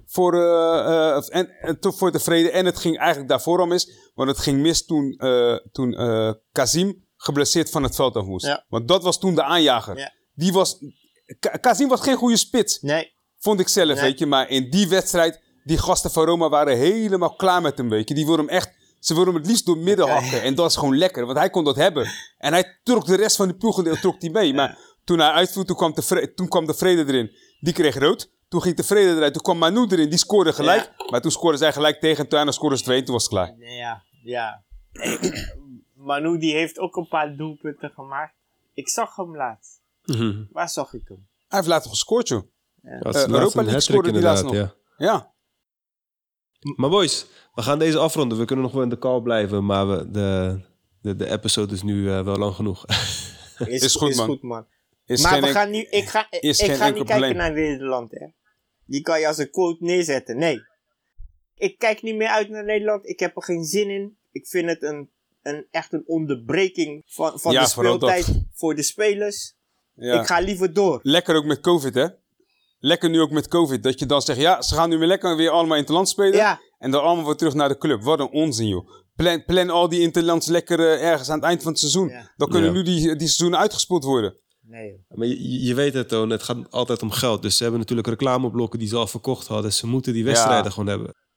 Voor tevreden. En het ging eigenlijk daarvoor al mis. Want het ging mis toen Kazim geblesseerd van het veld af moest. Ja. Want dat was toen de aanjager. Ja. Kazim was geen goede spits. Nee. Vond ik zelf, weet je. Maar in die wedstrijd, die gasten van Roma waren helemaal klaar met hem, weet je. Ze wilden hem het liefst door midden hakken. En dat is gewoon lekker, want hij kon dat hebben. En hij trok de rest van de ploeg die mee. Maar toen hij uitvoer, toen kwam de Vrede erin. Die kreeg rood. Toen ging de Vrede eruit. Toen kwam Manu erin. Die scoorde gelijk. Ja. Maar toen scoorden zij gelijk tegen. En toen scoorden ze 2 en toen was het klaar. Ja. Manu die heeft ook een paar doelpunten gemaakt. Ik zag hem laatst. Mm-hmm. Waar zag ik hem? Hij heeft later gescoord, joh. Ja. Europa League scoorde die laatst nog. Ja. Maar boys, we gaan deze afronden. We kunnen nog wel in de call blijven, maar de episode is nu wel lang genoeg. Is goed, man. Maar ik ga niet kijken naar Nederland, hè. Die kan je als een quote neerzetten. Nee. Ik kijk niet meer uit naar Nederland. Ik heb er geen zin in. Ik vind het echt een onderbreking van de speeltijd voor de spelers. Ja. Ik ga liever door. Lekker ook met COVID, hè. Lekker nu ook met COVID. Dat je dan zegt, ja, ze gaan nu weer allemaal interlands spelen. Ja. En dan allemaal weer terug naar de club. Wat een onzin, joh. Plan al die interlands lekker ergens aan het eind van het seizoen. Ja. Dan kunnen nu die seizoenen uitgespeeld worden. Nee. Maar je weet het, Toon. Het gaat altijd om geld. Dus ze hebben natuurlijk reclameblokken die ze al verkocht hadden. Ze moeten die wedstrijden gewoon hebben.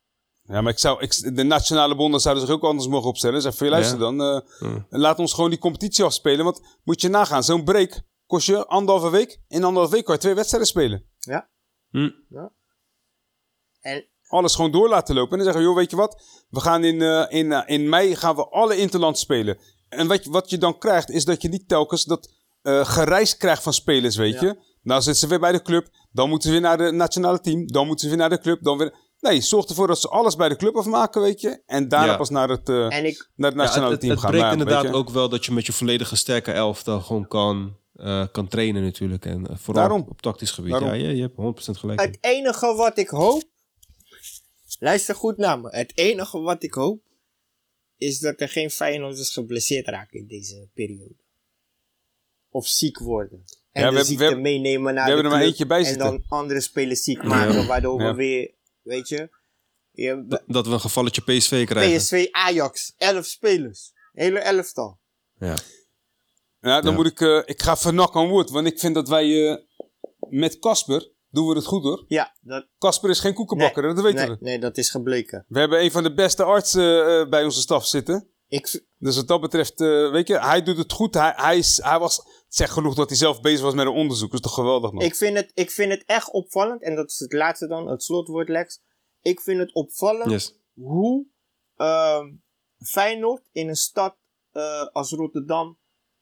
Ja, maar de nationale bonden zouden zich ook anders mogen opstellen. Zeg van je luister dan. Laat ons gewoon die competitie afspelen. Want moet je nagaan, zo'n break kost je 1,5 week. In 1,5 week kan je 2 wedstrijden spelen. Ja. Ja. En alles gewoon door laten lopen. En dan zeggen we, joh, weet je wat? We gaan in mei gaan we alle interland spelen. En wat je dan krijgt, is dat je niet telkens dat gereis krijgt van spelers, weet je. Nou zitten ze weer bij de club. Dan moeten ze weer naar het nationale team. Dan moeten ze weer naar de club. Dan weer... Nee, zorg ervoor dat ze alles bij de club afmaken, weet je. En daarna pas naar het nationale team gaan. Het breekt inderdaad ook wel dat je met je volledige sterke elftal gewoon kan trainen natuurlijk. En vooral op tactisch gebied. Daarom. Ja, je hebt 100% gelijk. Het enige wat ik hoop... Luister goed naar me. Het enige wat ik hoop... is dat er geen Feyenoorders geblesseerd raken in deze periode. Of ziek worden. En de ziekte meenemen naar de club. We hebben er maar eentje bij zitten. En dan andere spelers maken. Waardoor we weer... Weet je... Dat we een gevalletje PSV krijgen. PSV, Ajax. 11 spelers. Hele elftal. Ja, dan moet ik ga van knock on wood. Want ik vind dat wij met Casper doen we het goed, hoor. Ja. Casper is geen koekenbakker, dat weten we. Nee, dat is gebleken. We hebben een van de beste artsen bij onze staf zitten. Dus wat dat betreft, weet je, hij doet het goed. Hij was, het zegt genoeg dat hij zelf bezig was met een onderzoek. Dat is toch geweldig, man. Ik vind het echt opvallend. En dat is het laatste dan, het slotwoord, Lex. Ik vind het opvallend hoe Feyenoord in een stad als Rotterdam,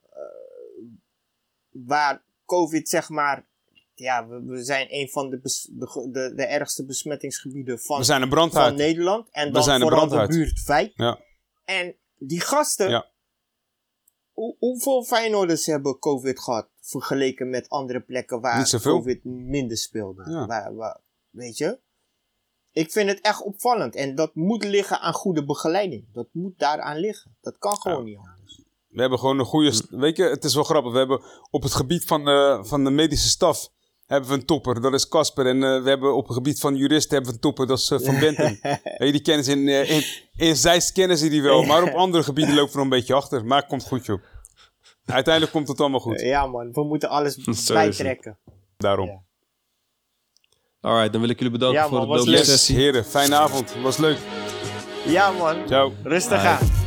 waar COVID zeg maar, ja, we zijn een van de ergste besmettingsgebieden van Nederland. En dan vooral de buurt Wijk. Ja. En die gasten, hoeveel Feyenoorders hebben COVID gehad vergeleken met andere plekken waar COVID minder speelde? Ja. Weet je? Ik vind het echt opvallend. En dat moet liggen aan goede begeleiding. Dat moet daaraan liggen. Dat kan gewoon niet anders. We hebben gewoon een goede... Weet je, het is wel grappig. We hebben op het gebied van de medische staf hebben we een topper. Dat is Casper. En we hebben op het gebied van juristen hebben we een topper. Dat is Van Bentum. Die kennen ze in Zeist kennen ze die wel. Maar op andere gebieden lopen we nog een beetje achter. Maar het komt goed, joh. Uiteindelijk komt het allemaal goed. Ja, man. We moeten alles bijtrekken. Daarom. Ja. Alright, dan wil ik jullie bedanken voor de sessie. Heren, fijne avond. Was leuk. Ja, man. Ciao. Rustig aan.